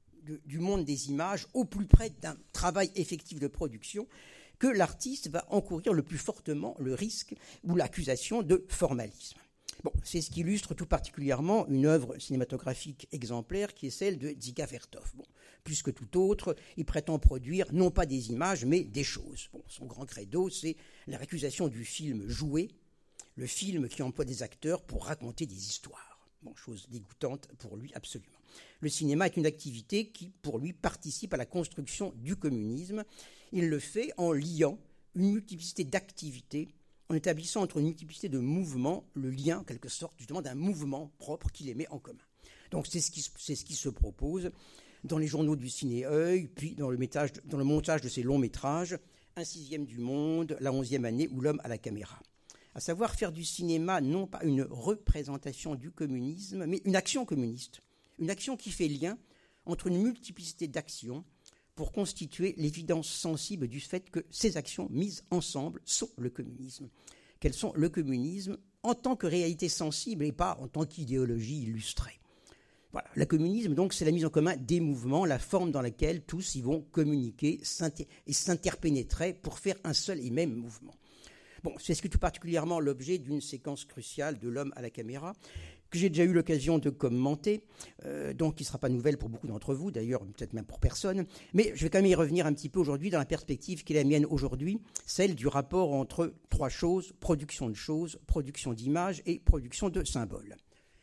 du monde des images, au plus près d'un travail effectif de production, que l'artiste va encourir le plus fortement le risque ou l'accusation de formalisme. Bon, c'est ce qui illustre tout particulièrement une œuvre cinématographique exemplaire qui est celle de Dziga Vertov. Bon, plus que tout autre, il prétend produire non pas des images, mais des choses. Bon, son grand credo, c'est la récusation du film joué, le film qui emploie des acteurs pour raconter des histoires. Bon, chose dégoûtante pour lui, absolument. Le cinéma est une activité qui, pour lui, participe à la construction du communisme. Il le fait en liant une multiplicité d'activités, en établissant entre une multiplicité de mouvements le lien, en quelque sorte, justement, d'un mouvement propre qui les met en commun. Donc c'est ce qui se propose dans les journaux du Ciné-Œil, puis dans le montage de ces longs métrages, Un sixième du monde, La 11e année ou L'homme à la caméra. À savoir faire du cinéma non pas une représentation du communisme, mais une action communiste. Une action qui fait lien entre une multiplicité d'actions pour constituer l'évidence sensible du fait que ces actions mises ensemble sont le communisme. Qu'elles sont le communisme en tant que réalité sensible et pas en tant qu'idéologie illustrée. Voilà. Le communisme, donc, c'est la mise en commun des mouvements, la forme dans laquelle tous y vont communiquer et s'interpénétrer pour faire un seul et même mouvement. Bon, c'est tout particulièrement l'objet d'une séquence cruciale de L'homme à la caméra, que j'ai déjà eu l'occasion de commenter, donc qui ne sera pas nouvelle pour beaucoup d'entre vous, d'ailleurs peut-être même pour personne, mais je vais quand même y revenir un petit peu aujourd'hui dans la perspective qui est la mienne aujourd'hui, celle du rapport entre trois choses: production de choses, production d'images et production de symboles.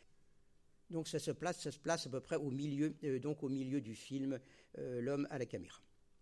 Donc ça se place à peu près au milieu du film L'homme à la caméra.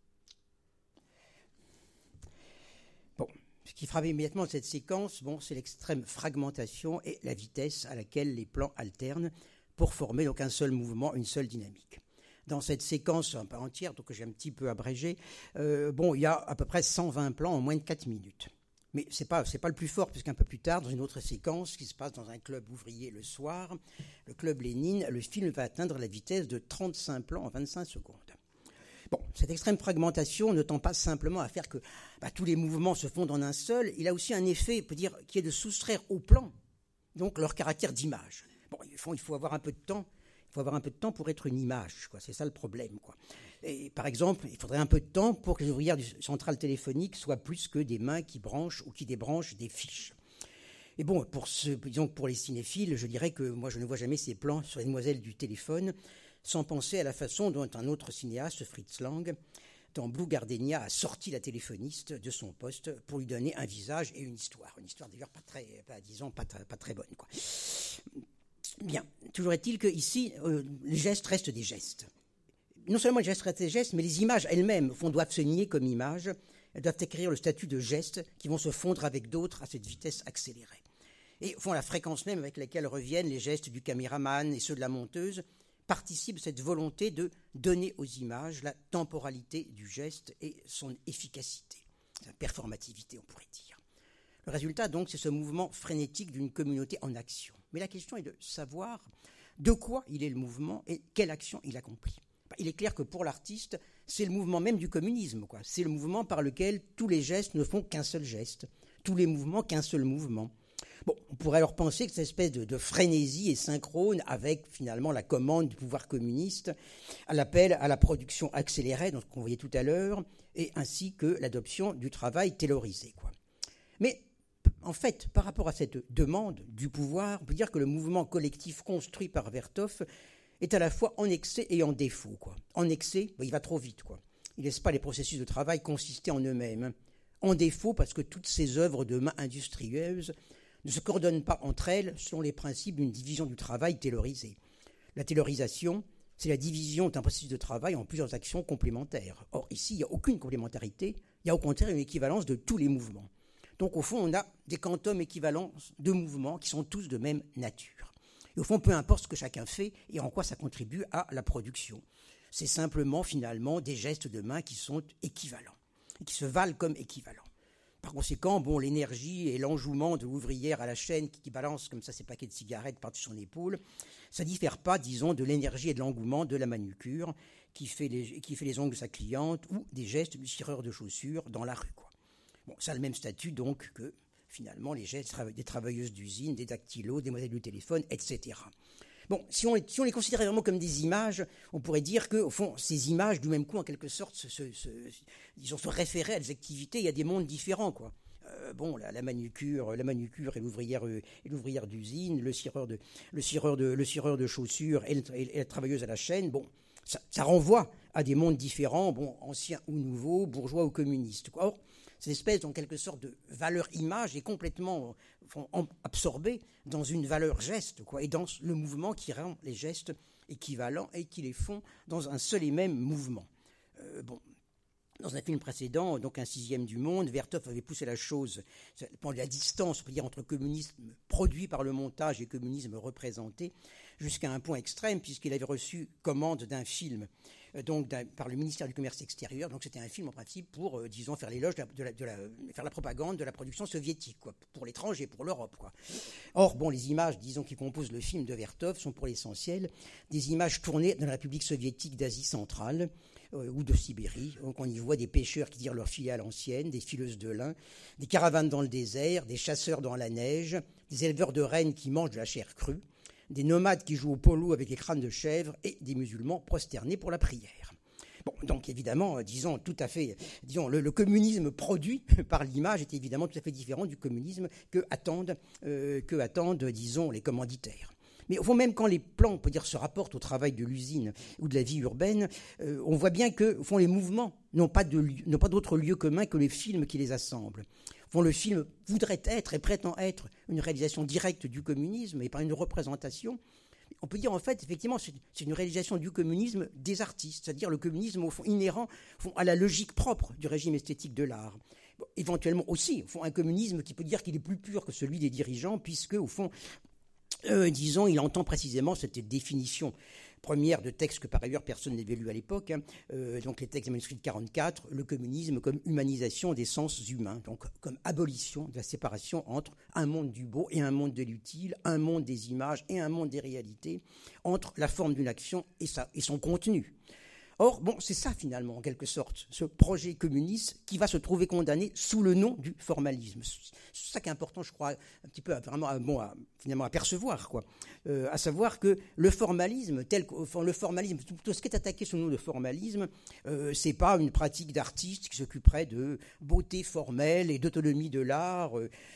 Bon. Ce qui frappe immédiatement cette séquence, c'est l'extrême fragmentation et la vitesse à laquelle les plans alternent pour former donc un seul mouvement, une seule dynamique. Dans cette séquence en part entière, donc que j'ai un petit peu abrégée, il y a à peu près 120 plans en moins de 4 minutes. Mais c'est pas le plus fort, puisqu'un peu plus tard, dans une autre séquence qui se passe dans un club ouvrier le soir, le club Lénine, le film va atteindre la vitesse de 35 plans en 25 secondes. Bon, cette extrême fragmentation ne tend pas simplement à faire que tous les mouvements se fondent en un seul. Il a aussi un effet, on peut dire, qui est de soustraire au plan, donc leur caractère d'image. Bon, il faut avoir un peu de temps. Il faut avoir un peu de temps pour être une image, quoi. C'est ça le problème, quoi. Et par exemple, il faudrait un peu de temps pour que les ouvrières du central téléphonique soient plus que des mains qui branchent ou qui débranchent des fiches. Et bon, pour les cinéphiles, je dirais que moi, je ne vois jamais ces plans sur les demoiselles du téléphone, sans penser à la façon dont un autre cinéaste, Fritz Lang, quand Blue Gardenia a sorti la téléphoniste de son poste pour lui donner un visage et une histoire d'ailleurs pas très bonne, quoi. Bien, toujours est-il que ici, les gestes restent des gestes. Non seulement les gestes restent des gestes, mais les images elles-mêmes doivent se nier comme images. Elles doivent acquérir le statut de gestes qui vont se fondre avec d'autres à cette vitesse accélérée. Et la fréquence même avec laquelle reviennent les gestes du caméraman et ceux de la monteuse participe de cette volonté de donner aux images la temporalité du geste et son efficacité, sa performativité, on pourrait dire. Le résultat, donc, c'est ce mouvement frénétique d'une communauté en action. Mais la question est de savoir de quoi il est le mouvement et quelle action il accomplit. Il est clair que pour l'artiste, c'est le mouvement même du communisme, quoi. C'est le mouvement par lequel tous les gestes ne font qu'un seul geste, tous les mouvements qu'un seul mouvement. Bon, on pourrait alors penser que cette espèce de frénésie est synchrone avec finalement la commande du pouvoir communiste, à l'appel à la production accélérée, donc qu'on voyait tout à l'heure, et ainsi que l'adoption du travail taylorisé, quoi. Mais en fait, par rapport à cette demande du pouvoir, on peut dire que le mouvement collectif construit par Vertov est à la fois en excès et en défaut, quoi. En excès, il va trop vite, quoi. Il ne laisse pas les processus de travail consister en eux-mêmes. En défaut, parce que toutes ces œuvres de main industrieuses ne se coordonnent pas entre elles selon les principes d'une division du travail taylorisée. La taylorisation, c'est la division d'un processus de travail en plusieurs actions complémentaires. Or, ici, il n'y a aucune complémentarité, il y a au contraire une équivalence de tous les mouvements. Donc, au fond, on a des quantum équivalences de mouvements qui sont tous de même nature. Et au fond, peu importe ce que chacun fait et en quoi ça contribue à la production. C'est simplement, finalement, des gestes de main qui sont équivalents, et qui se valent comme équivalents. Par conséquent, l'énergie et l'enjouement de l'ouvrière à la chaîne qui balance comme ça ses paquets de cigarettes par-dessus son épaule, ça ne diffère pas, disons, de l'énergie et de l'engouement de la manucure qui fait les ongles de sa cliente ou des gestes du cireur de chaussures dans la rue, quoi. Bon, ça a le même statut, donc, que, finalement, les gestes des travailleuses d'usine, des dactylos, des modèles du téléphone, etc. Bon, si on les considérait vraiment comme des images, on pourrait dire qu'au fond, ces images, du même coup, en quelque sorte, se référaient à des activités et à des mondes différents, quoi. La manucure et l'ouvrière d'usine, le cireur de chaussures et la travailleuse à la chaîne, ça renvoie à des mondes différents, anciens ou nouveaux, bourgeois ou communistes, quoi. Or, cette espèce, en quelque sorte, de valeur-image est complètement absorbée dans une valeur-geste, quoi, et dans le mouvement qui rend les gestes équivalents et qui les font dans un seul et même mouvement. Dans un film précédent, donc Un sixième du monde, Vertov avait poussé la chose, la distance, on peut dire, entre communisme produit par le montage et communisme représenté, jusqu'à un point extrême, puisqu'il avait reçu commande d'un film par le ministère du Commerce extérieur. Donc c'était un film en principe pour, faire l'éloge faire la propagande de la production soviétique, quoi, pour l'étranger, pour l'Europe, quoi. Or, les images, qui composent le film de Vertov sont pour l'essentiel des images tournées dans la République soviétique d'Asie centrale ou de Sibérie. Donc on y voit des pêcheurs qui tirent leur filet à l'ancienne, des fileuses de lin, des caravanes dans le désert, des chasseurs dans la neige, des éleveurs de rennes qui mangent de la chair crue, des nomades qui jouent au polo avec des crânes de chèvre et des musulmans prosternés pour la prière. Donc évidemment, tout à fait, le communisme produit par l'image est évidemment tout à fait différent du communisme que attendent, les commanditaires. Mais au fond, même quand les plans, on peut dire, se rapportent au travail de l'usine ou de la vie urbaine, on voit bien que, au fond, les mouvements n'ont pas d'autre lieu commun que les films qui les assemblent. Au fond, le film voudrait être et prétend être une réalisation directe du communisme et pas une représentation. On peut dire, en fait, effectivement, c'est une réalisation du communisme des artistes, c'est-à-dire le communisme, au fond, inhérent à la logique propre du régime esthétique de l'art. Éventuellement aussi, au fond, un communisme qui peut dire qu'il est plus pur que celui des dirigeants, puisque, au fond, il entend précisément cette définition première de textes que par ailleurs personne n'avait lu à l'époque, donc les textes des manuscrits de 1944, le communisme comme humanisation des sens humains, donc comme abolition de la séparation entre un monde du beau et un monde de l'utile, un monde des images et un monde des réalités, entre la forme d'une action et son contenu. Or, c'est ça finalement, en quelque sorte, ce projet communiste qui va se trouver condamné sous le nom du formalisme. C'est ça qui est important, je crois, un petit peu finalement à percevoir, quoi. À savoir que le formalisme, tout ce qui est attaqué sous le nom de formalisme, c'est pas une pratique d'artiste qui s'occuperait de beauté formelle et d'autonomie de l'art,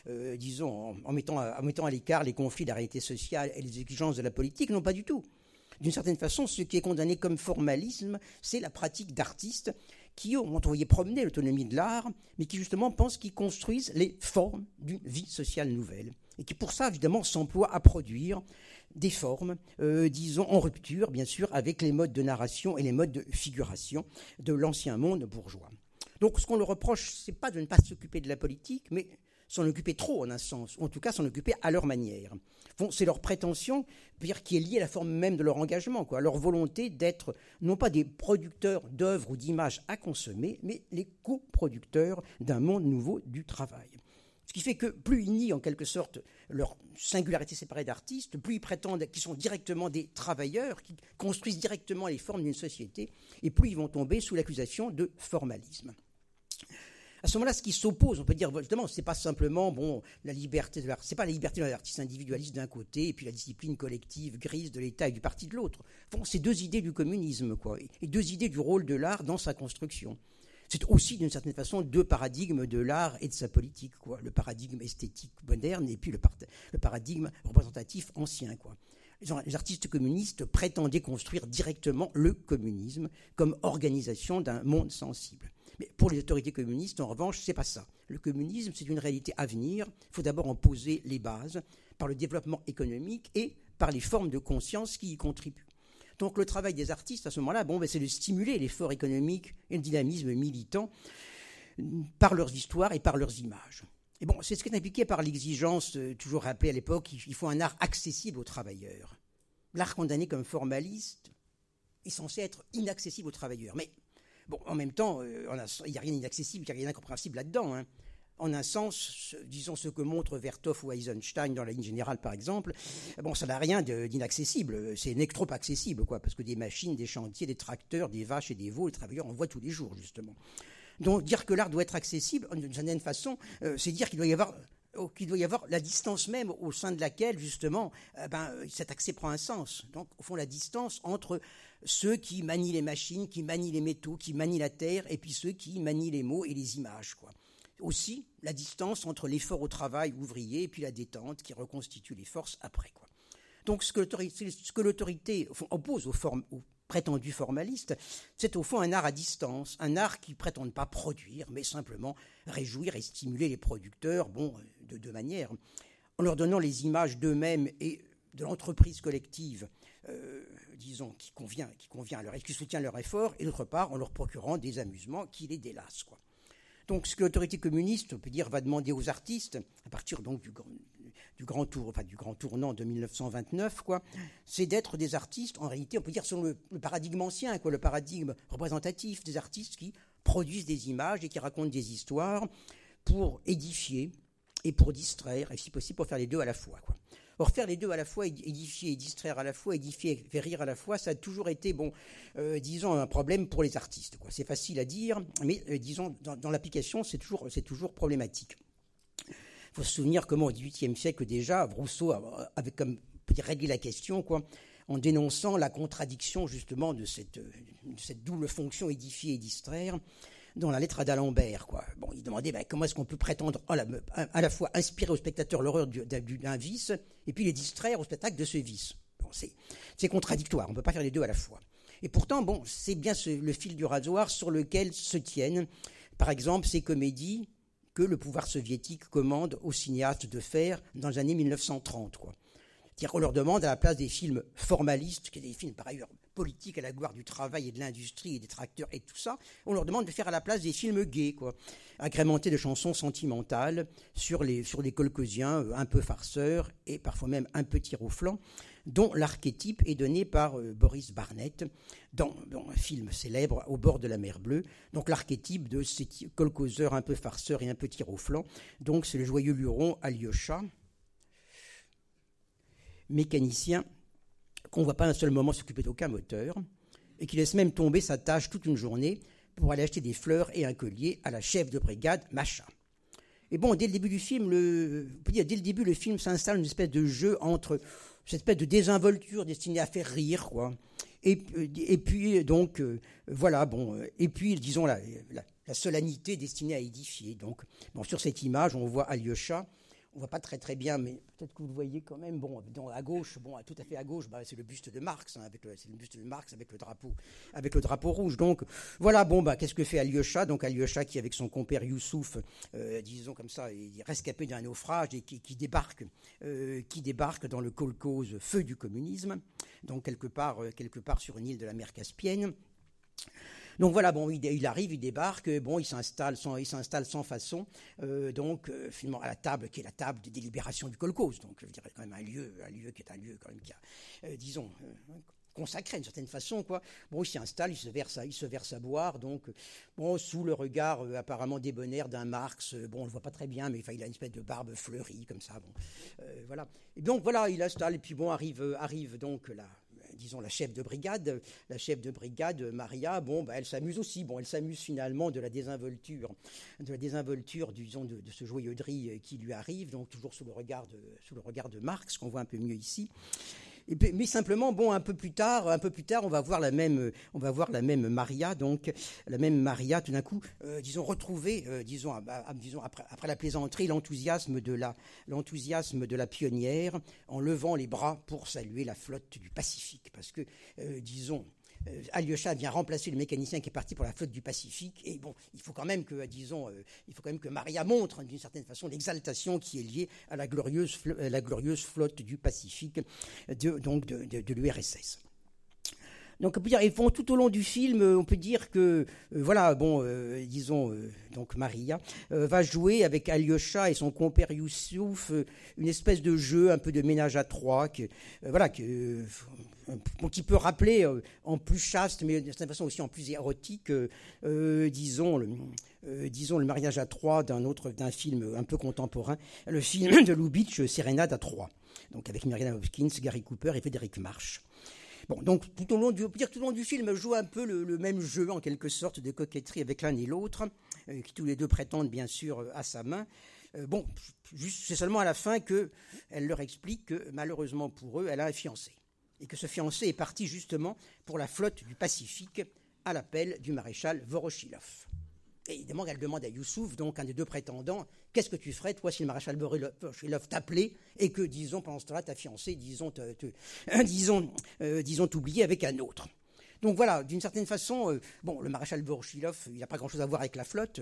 en mettant à l'écart les conflits de la réalité sociale et les exigences de la politique, non pas du tout. D'une certaine façon, ce qui est condamné comme formalisme, c'est la pratique d'artistes qui ont envoyé promener l'autonomie de l'art, mais qui justement pensent qu'ils construisent les formes d'une vie sociale nouvelle. Et qui pour ça, évidemment, s'emploient à produire des formes, disons, en rupture, bien sûr, avec les modes de narration et les modes de figuration de l'ancien monde bourgeois. Donc ce qu'on leur reproche, c'est pas de ne pas s'occuper de la politique, mais s'en occuper trop en un sens, ou en tout cas s'en occuper à leur manière. Bon, c'est leur prétention, qui est liée à la forme même de leur engagement, quoi, leur volonté d'être non pas des producteurs d'œuvres ou d'images à consommer, mais les coproducteurs d'un monde nouveau du travail. Ce qui fait que plus ils nient en quelque sorte leur singularité séparée d'artistes, plus ils prétendent qu'ils sont directement des travailleurs, qui construisent directement les formes d'une société, et plus ils vont tomber sous l'accusation de formalisme. À ce moment-là, ce qui s'oppose, on peut dire, justement, c'est pas simplement la liberté de l'artiste, c'est pas la liberté de l'artiste individualiste d'un côté et puis la discipline collective grise de l'État et du parti de l'autre. Bon, c'est deux idées du communisme, quoi, et deux idées du rôle de l'art dans sa construction. C'est aussi, d'une certaine façon, deux paradigmes de l'art et de sa politique, quoi. Le paradigme esthétique moderne et puis le paradigme représentatif ancien, quoi. Les artistes communistes prétendaient construire directement le communisme comme organisation d'un monde sensible. Mais pour les autorités communistes, en revanche, c'est pas ça. Le communisme, c'est une réalité à venir. Il faut d'abord en poser les bases par le développement économique et par les formes de conscience qui y contribuent. Donc le travail des artistes, à ce moment-là, c'est de stimuler l'effort économique et le dynamisme militant par leurs histoires et par leurs images. Et c'est ce qui est impliqué par l'exigence, toujours rappelée à l'époque, il faut un art accessible aux travailleurs. L'art condamné comme formaliste est censé être inaccessible aux travailleurs. Mais en même temps, il n'y a rien d'inaccessible, il n'y a rien d'incompréhensible là-dedans. Hein. En un sens, disons ce que montrent Vertov ou Eisenstein dans la ligne générale, par exemple, ça n'a rien d'inaccessible, c'est trop accessible, quoi, parce que des machines, des chantiers, des tracteurs, des vaches et des veaux, les travailleurs en voient tous les jours, justement. Donc, dire que l'art doit être accessible, d'une certaine façon, c'est dire qu'il doit y avoir la distance même au sein de laquelle, justement, cet accès prend un sens. Donc, au fond, la distance entre ceux qui manient les machines, qui manient les métaux, qui manient la terre, et puis ceux qui manient les mots et les images, quoi. Aussi, la distance entre l'effort au travail ouvrier et puis la détente qui reconstitue les forces après, quoi. Donc, ce que l'autorité oppose aux prétendus formalistes, c'est au fond un art à distance, un art qui ne prétend pas produire, mais simplement réjouir et stimuler les producteurs, de deux manières, en leur donnant les images d'eux-mêmes et de l'entreprise collective, disons, qui soutient leur effort, et d'autre part, en leur procurant des amusements qui les délassent, quoi. Donc, ce que l'autorité communiste, on peut dire, va demander aux artistes, à partir donc du grand tournant de 1929, quoi, c'est d'être des artistes, en réalité, on peut dire, selon le paradigme ancien, quoi, le paradigme représentatif des artistes qui produisent des images et qui racontent des histoires pour édifier et pour distraire, et si possible, pour faire les deux à la fois, quoi. Or, faire les deux à la fois, édifier et distraire à la fois, édifier et faire rire à la fois, ça a toujours été, disons, un problème pour les artistes, quoi. C'est facile à dire, mais disons, dans l'application, c'est toujours problématique. Il faut se souvenir comment, au XVIIIe siècle déjà, Rousseau avait comme réglé la question, quoi, en dénonçant la contradiction, justement, de cette double fonction édifier et distraire, dans la lettre à d'Alembert, quoi. Il demandait comment est-ce qu'on peut prétendre à la fois inspirer au spectateur l'horreur d'un vice et puis les distraire au spectacle de ce vice. C'est contradictoire, on ne peut pas faire les deux à la fois. Et pourtant, c'est bien le fil du rasoir sur lequel se tiennent, par exemple, ces comédies que le pouvoir soviétique commande aux cinéastes de faire dans les années 1930, quoi. C'est-à-dire qu'on leur demande, à la place des films formalistes, qui sont des films par ailleurs politiques à la gloire du travail et de l'industrie et des tracteurs et tout ça, on leur demande de faire à la place des films gays, quoi, agrémentés de chansons sentimentales sur des colcosiens un peu farceurs et parfois même un peu tiroflants, dont l'archétype est donné par Boris Barnett dans un film célèbre Au bord de la mer Bleue. Donc l'archétype de ces colcoseurs un peu farceurs et un peu tiroflants, donc c'est le joyeux luron Alyosha, mécanicien qu'on ne voit pas un seul moment s'occuper d'aucun moteur et qui laisse même tomber sa tâche toute une journée pour aller acheter des fleurs et un collier à la chef de brigade Macha. Et dès le début du film, le film s'installe une espèce de jeu entre cette espèce de désinvolture destinée à faire rire, quoi. Et puis donc et puis disons la solennité destinée à édifier. Donc sur cette image, on voit Alyosha on voit pas très bien, mais peut-être que vous le voyez quand même. Bon, à gauche, tout à fait à gauche, c'est le buste de Marx, hein, c'est le buste de Marx avec le drapeau rouge. Donc voilà, qu'est-ce que fait Alyosha? Donc Alyosha qui, avec son compère Youssouf, disons comme ça, il est rescapé d'un naufrage et qui débarque dans le kolkhoz feu du communisme, donc quelque part sur une île de la mer Caspienne. Donc voilà, il arrive, il débarque, il s'installe sans façon, finalement à la table qui est la table de délibération du kolkhoz. Donc je dirais quand même un lieu qui est un lieu quand même qui a, consacré d'une certaine façon, quoi. Il s'installe, il se verse à boire, sous le regard apparemment débonnaire d'un Marx. On le voit pas très bien, mais il a une espèce de barbe fleurie comme ça. Voilà. Et donc voilà, il installe, et puis arrive donc la chef de brigade, Maria, elle s'amuse aussi. Elle s'amuse finalement de la désinvolture, disons, de ce joyeuderie qui lui arrive, donc toujours sous le regard de Marx, qu'on voit un peu mieux ici. Mais simplement, un peu plus tard, on va voir la même Maria, donc la même Maria, tout d'un coup, retrouver, après la plaisanterie, l'enthousiasme de la pionnière, en levant les bras pour saluer la flotte du Pacifique, parce que, Alyosha vient remplacer le mécanicien qui est parti pour la flotte du Pacifique, et il faut quand même que Maria montre d'une certaine façon l'exaltation qui est liée à la glorieuse flotte du Pacifique de l'URSS. Donc, tout au long du film, on peut dire que, donc Maria va jouer avec Alyosha et son compère Youssouf une espèce de jeu, un peu de ménage à trois, qui peut rappeler en plus chaste, mais de certaine façon aussi en plus érotique, le mariage à trois d'un film un peu contemporain, le film de Lubitsch, Sérénade à trois, donc avec Miriam Hopkins, Gary Cooper et Frédéric March. Donc tout au long du film joue un peu le même jeu en quelque sorte de coquetterie avec l'un et l'autre, qui tous les deux prétendent bien sûr à sa main. C'est seulement à la fin qu'elle leur explique que malheureusement pour eux, elle a un fiancé, et que ce fiancé est parti justement pour la flotte du Pacifique à l'appel du maréchal Voroshilov. Et elle demande à Youssouf, donc un des deux prétendants, qu'est-ce que tu ferais, toi, si le maréchal Voroshilov t'appelait et que, pendant ce temps-là, ta fiancée, t'oubliait avec un autre. Donc voilà, d'une certaine façon, le maréchal Voroshilov, il n'a pas grand-chose à voir avec la flotte.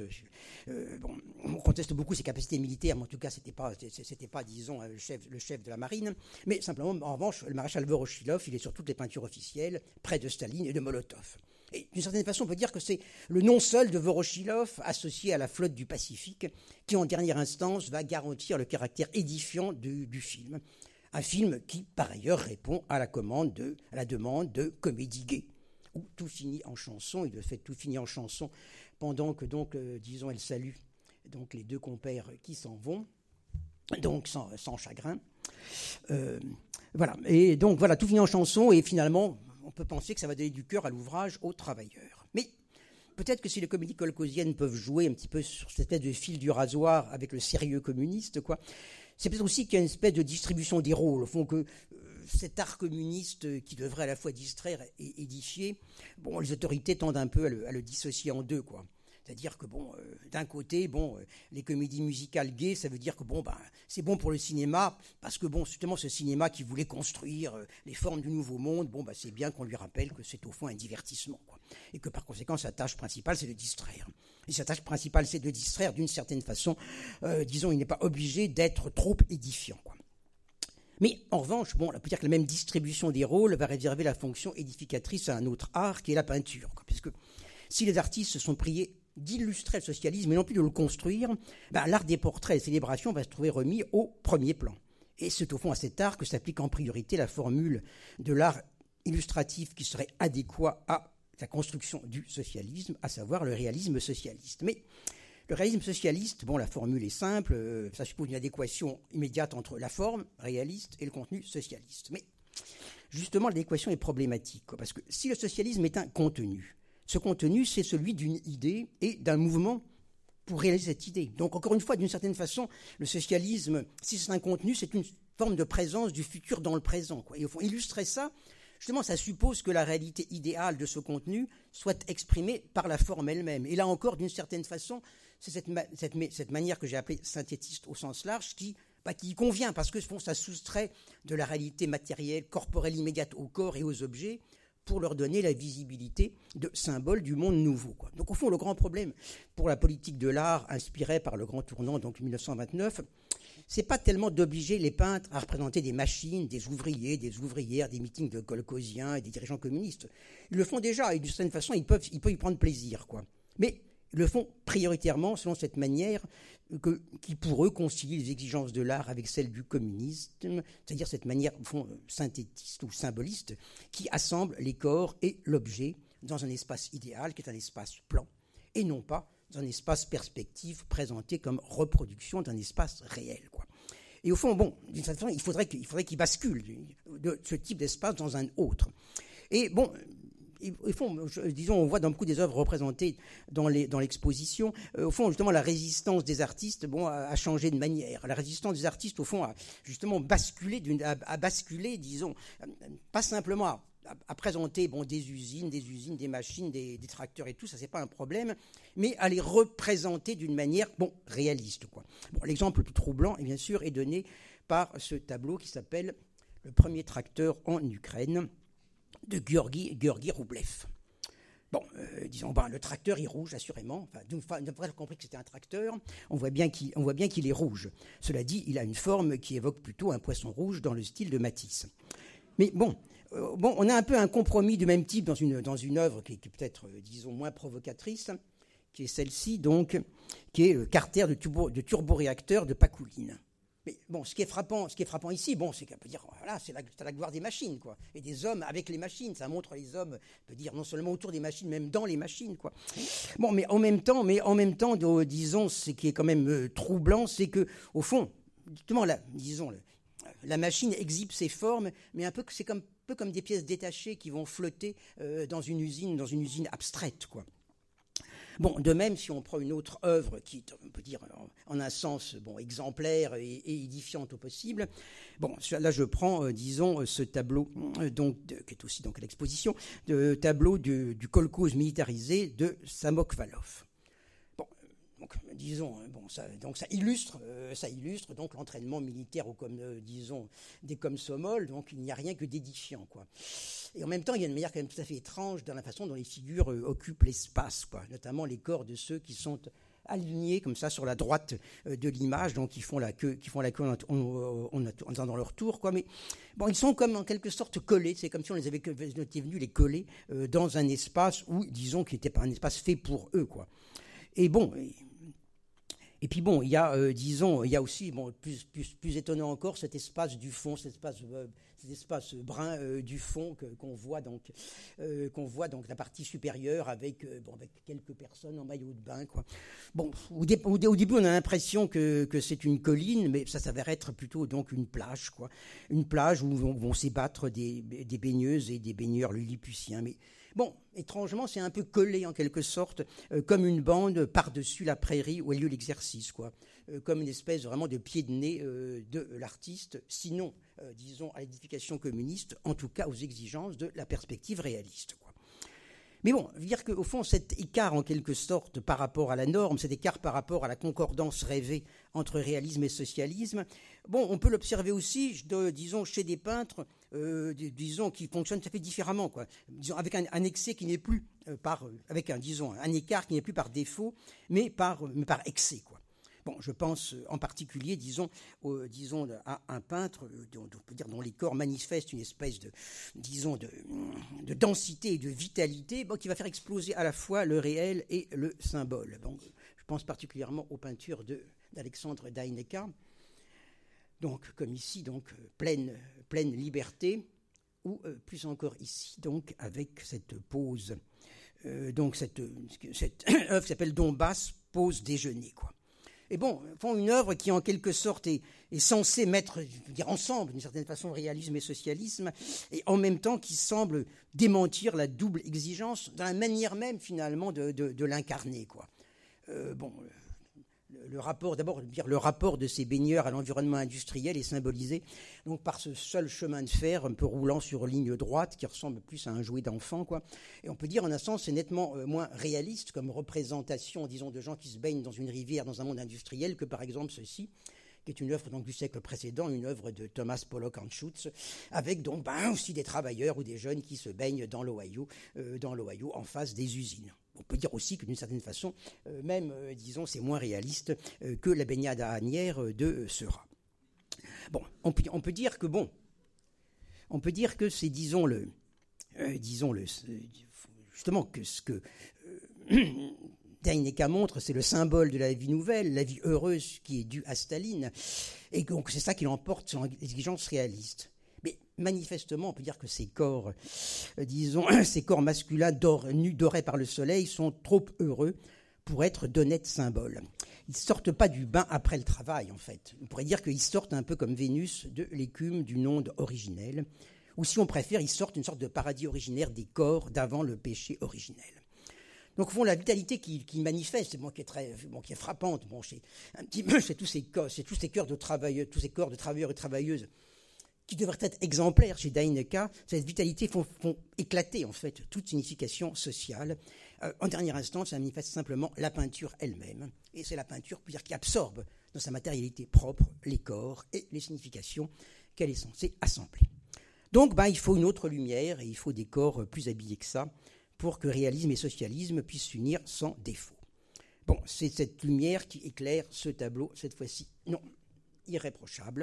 On conteste beaucoup ses capacités militaires, mais en tout cas, c'était pas, disons, le chef de la marine. Mais simplement, en revanche, le maréchal Voroshilov, il est sur toutes les peintures officielles, près de Staline et de Molotov. Et d'une certaine façon, on peut dire que c'est le nom seul de Voroshilov associé à la flotte du Pacifique qui, en dernière instance, va garantir le caractère édifiant du film. Un film qui, par ailleurs, répond à la demande de comédie gay, où tout finit en chanson, et de fait tout finit en chanson pendant que, elle salue donc, les deux compères qui s'en vont, donc sans chagrin. Voilà, et donc voilà, tout finit en chanson, et finalement, on peut penser que ça va donner du cœur à l'ouvrage aux travailleurs. Mais peut-être que si les comédies kolkhoziennes peuvent jouer un petit peu sur cette espèce de fil du rasoir avec le sérieux communiste, c'est peut-être aussi qu'il y a une espèce de distribution des rôles, au fond que cet art communiste qui devrait à la fois distraire et édifier, les autorités tendent un peu à le dissocier en deux, C'est-à-dire que, d'un côté, les comédies musicales gays, ça veut dire que, c'est bon pour le cinéma, parce que, justement, ce cinéma qui voulait construire les formes du nouveau monde, c'est bien qu'on lui rappelle que c'est au fond un divertissement, Et que, par conséquent, sa tâche principale, c'est de distraire. Et sa tâche principale, c'est de distraire d'une certaine façon. Il n'est pas obligé d'être trop édifiant, Mais, en revanche, on peut dire que la même distribution des rôles va réserver la fonction édificatrice à un autre art, qui est la peinture, puisque si les artistes se sont priés d'illustrer le socialisme et non plus de le construire, l'art des portraits et des célébrations va se trouver remis au premier plan. Et c'est au fond à cet art que s'applique en priorité la formule de l'art illustratif qui serait adéquat à la construction du socialisme, à savoir le réalisme socialiste. Mais le réalisme socialiste, la formule est simple, ça suppose une adéquation immédiate entre la forme réaliste et le contenu socialiste. Mais justement, l'adéquation est problématique, parce que si le socialisme est un contenu, ce contenu, c'est celui d'une idée et d'un mouvement pour réaliser cette idée. Donc, encore une fois, d'une certaine façon, le socialisme, si c'est un contenu, c'est une forme de présence du futur dans le présent. Et au fond, illustrer ça, justement, ça suppose que la réalité idéale de ce contenu soit exprimée par la forme elle-même. Et là encore, d'une certaine façon, c'est cette manière que j'ai appelée synthétiste au sens large qui qui y convient, parce que ça soustrait de la réalité matérielle, corporelle immédiate au corps et aux objets, pour leur donner la visibilité de symboles du monde nouveau, quoi. Donc au fond, le grand problème pour la politique de l'art inspirée par le grand tournant, donc 1929, c'est pas tellement d'obliger les peintres à représenter des machines, des ouvriers, des ouvrières, des meetings de kolkhosiens et des dirigeants communistes. Ils le font déjà, et d'une certaine façon, ils peuvent y prendre plaisir, quoi. Mais ils le font prioritairement selon cette manière qui, pour eux, concilie les exigences de l'art avec celles du communisme, c'est-à-dire cette manière, au fond, synthétiste ou symboliste, qui assemble les corps et l'objet dans un espace idéal, qui est un espace plan, et non pas dans un espace perspective présenté comme reproduction d'un espace réel, quoi. Et au fond, bon, d'une certaine façon, il faudrait qu'il bascule de ce type d'espace dans un autre. Et bon, au fond, disons, on voit dans beaucoup des œuvres représentées dans l'exposition, au fond, justement, la résistance des artistes, a changé de manière. La résistance des artistes, au fond, a justement basculé, disons, pas simplement à présenter des usines, des machines, des tracteurs et tout, ça c'est pas un problème, mais à les représenter d'une manière réaliste, quoi. Bon, l'exemple le plus troublant, bien sûr, est donné par ce tableau qui s'appelle Le premier tracteur en Ukraine de Georgi Roublev. Bon, disons, le tracteur, il rouge, assurément. D'une fois, on a compris que c'était un tracteur. On voit bien qu'il est rouge. Cela dit, il a une forme qui évoque plutôt un poisson rouge dans le style de Matisse. Mais bon, on a un peu un compromis du même type dans une œuvre qui est peut-être, disons, moins provocatrice, qui est celle-ci, donc, qui est le carter de turboréacteur de Pakouline. Mais bon, ce qui est frappant ici, c'est qu'on peut dire, voilà, c'est la gloire des machines, quoi, et des hommes avec les machines. Ça montre les hommes, on peut dire, non seulement autour des machines, même dans les machines, quoi. Bon, mais en même temps, disons, ce qui est quand même troublant, c'est que, au fond, justement, la machine exhibe ses formes, mais c'est un peu comme des pièces détachées qui vont flotter dans une usine abstraite, quoi. Bon, de même, si on prend une autre œuvre qui est, on peut dire, en un sens exemplaire et édifiante au possible, là je prends, disons, ce tableau, qui est aussi à l'exposition, le tableau du kolkhoz militarisé de Samokvalov. Disons, ça illustre donc l'entraînement militaire des Komsomol, donc il n'y a rien que d'édifiant, quoi. Et en même temps, il y a une manière quand même tout à fait étrange dans la façon dont les figures occupent l'espace, quoi, notamment les corps de ceux qui sont alignés comme ça sur la droite de l'image, donc qui font la queue dans leur tour, quoi. Mais ils sont comme en quelque sorte collés. C'est comme si on était venu les coller dans un espace où, disons, qui n'était pas un espace fait pour eux, quoi. Et puis il y a, il y a aussi, plus étonnant encore, cet espace du fond, cet espace brun du fond qu'on voit donc la partie supérieure avec quelques personnes en maillot de bain, quoi. Bon, au début on a l'impression que c'est une colline, mais ça s'avère être plutôt donc une plage, quoi, une plage où vont s'ébattre des baigneuses et des baigneurs lilliputiens, mais bon, étrangement, c'est un peu collé en quelque sorte, comme une bande par-dessus la prairie où a lieu l'exercice, quoi, comme une espèce vraiment de pied de nez de l'artiste, sinon, disons, à l'édification communiste, en tout cas aux exigences de la perspective réaliste, quoi. Mais bon, dire qu'au fond, cet écart en quelque sorte par rapport à la norme, cet écart par rapport à la concordance rêvée entre réalisme et socialisme, on peut l'observer aussi, disons, chez des peintres, disons, qui fonctionnent tout à fait différemment, quoi. Disons, avec un excès qui n'est plus avec un écart qui n'est plus par défaut, mais par excès, quoi. Bon, je pense en particulier, disons, à un peintre dont les corps manifestent une espèce de densité et de vitalité, qui va faire exploser à la fois le réel et le symbole. Je pense particulièrement aux peintures d'Alexandre Deineka, donc comme ici, pleine liberté, ou plus encore ici, donc avec cette pose, cette œuvre qui s'appelle Donbass, pose déjeuner, quoi. Et font une œuvre qui, en quelque sorte, est censée mettre, ensemble, d'une certaine façon, réalisme et socialisme, et en même temps qui semble démentir la double exigence dans la manière même, finalement, de l'incarner, quoi. Le rapport de ces baigneurs à l'environnement industriel est symbolisé donc par ce seul chemin de fer un peu roulant sur ligne droite qui ressemble plus à un jouet d'enfant, quoi. Et on peut dire en un sens c'est nettement moins réaliste comme représentation, disons, de gens qui se baignent dans une rivière dans un monde industriel que par exemple ceci, qui est une œuvre donc, du siècle précédent, une œuvre de Thomas Pollock Anschutz, avec donc aussi des travailleurs ou des jeunes qui se baignent dans l'Ohio en face des usines. On peut dire aussi que d'une certaine façon, disons, c'est moins réaliste que la baignade à Asnières de Seurat. Bon, on peut dire que c'est, justement, que ce que Deineka montre, c'est le symbole de la vie nouvelle, la vie heureuse qui est due à Staline, et donc c'est ça qui l'emporte sur l'exigence réaliste. Mais manifestement, on peut dire que ces corps masculins nus dorés par le soleil sont trop heureux pour être d'honnêtes symboles. Ils ne sortent pas du bain après le travail, en fait. On pourrait dire qu'ils sortent un peu comme Vénus de l'écume d'une onde originelle, ou si on préfère, ils sortent une sorte de paradis originaire des corps d'avant le péché originel. Donc, au fond, la vitalité qui manifeste, qui est frappante, chez tous ces corps de travailleurs et travailleuses, qui devraient être exemplaires chez Deineka, cette vitalité font éclater, en fait, toute signification sociale. En dernière instance, ça manifeste simplement la peinture elle-même. Et c'est la peinture, qui absorbe dans sa matérialité propre les corps et les significations qu'elle est censée assembler. Donc, il faut une autre lumière et il faut des corps plus habillés que ça pour que réalisme et socialisme puissent s'unir sans défaut. Bon, c'est cette lumière qui éclaire ce tableau, cette fois-ci, non, irréprochable.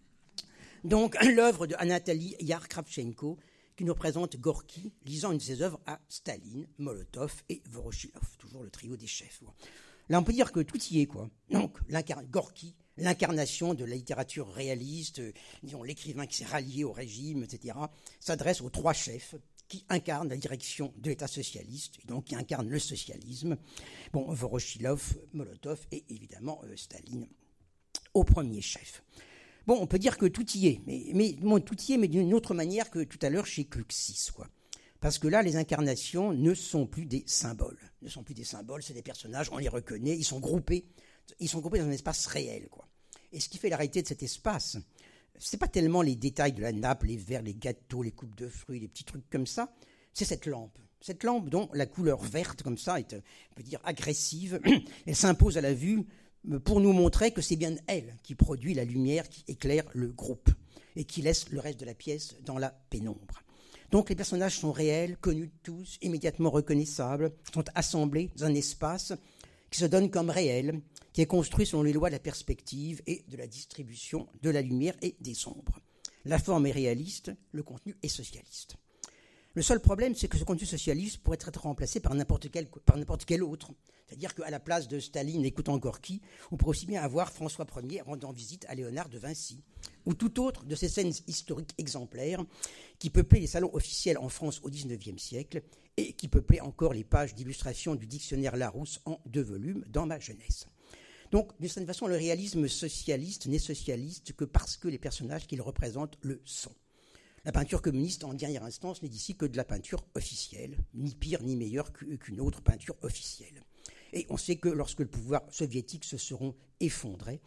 Donc, l'œuvre de Anatoly Yar-Kravchenko, qui nous représente Gorky, lisant une de ses œuvres à Staline, Molotov et Voroshilov, toujours le trio des chefs. Là, on peut dire que tout y est, quoi. Donc, Gorky, l'incarnation de la littérature réaliste, disons l'écrivain qui s'est rallié au régime, etc., s'adresse aux trois chefs qui incarnent la direction de l'État socialiste, et donc qui incarnent le socialisme. Bon, Voroshilov, Molotov et évidemment Staline au premier chef. Bon, on peut dire que tout y est, mais tout y est, mais d'une autre manière que tout à l'heure chez Klucksis, quoi. Parce que là, les incarnations ne sont plus des symboles. C'est des personnages, on les reconnaît, ils sont groupés dans un espace réel, quoi. Et ce qui fait la réalité de cet espace, c'est pas tellement les détails de la nappe, les verres, les gâteaux, les coupes de fruits, les petits trucs comme ça, c'est cette lampe. Cette lampe dont la couleur verte, comme ça, est, on peut dire, agressive, elle s'impose à la vue pour nous montrer que c'est bien elle qui produit la lumière qui éclaire le groupe et qui laisse le reste de la pièce dans la pénombre. Donc les personnages sont réels, connus de tous, immédiatement reconnaissables, sont assemblés dans un espace qui se donne comme réel, qui est construit selon les lois de la perspective et de la distribution de la lumière et des ombres. La forme est réaliste, le contenu est socialiste. Le seul problème, c'est que ce contenu socialiste pourrait être remplacé par n'importe quel autre. C'est-à-dire qu'à la place de Staline écoutant Gorky, on pourrait aussi bien avoir François Ier rendant visite à Léonard de Vinci, ou tout autre de ces scènes historiques exemplaires qui peuplaient les salons officiels en France au XIXe siècle et qui peuplaient encore les pages d'illustration du dictionnaire Larousse en 2 volumes dans ma jeunesse. Donc, d'une certaine façon, le réalisme socialiste n'est socialiste que parce que les personnages qu'il représente le sont. La peinture communiste, en dernière instance, n'est ici que de la peinture officielle, ni pire ni meilleure qu'une autre peinture officielle. Et on sait que lorsque le pouvoir soviétique se sera effondré,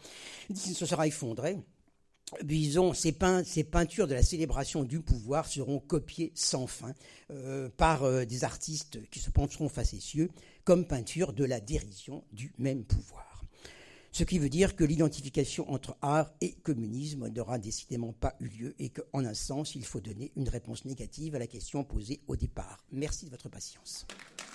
disons, ces peintures de la célébration du pouvoir seront copiées sans fin par des artistes qui se pencheront facétieux comme peinture de la dérision du même pouvoir. Ce qui veut dire que l'identification entre art et communisme n'aura décidément pas eu lieu et qu'en un sens, il faut donner une réponse négative à la question posée au départ. Merci de votre patience.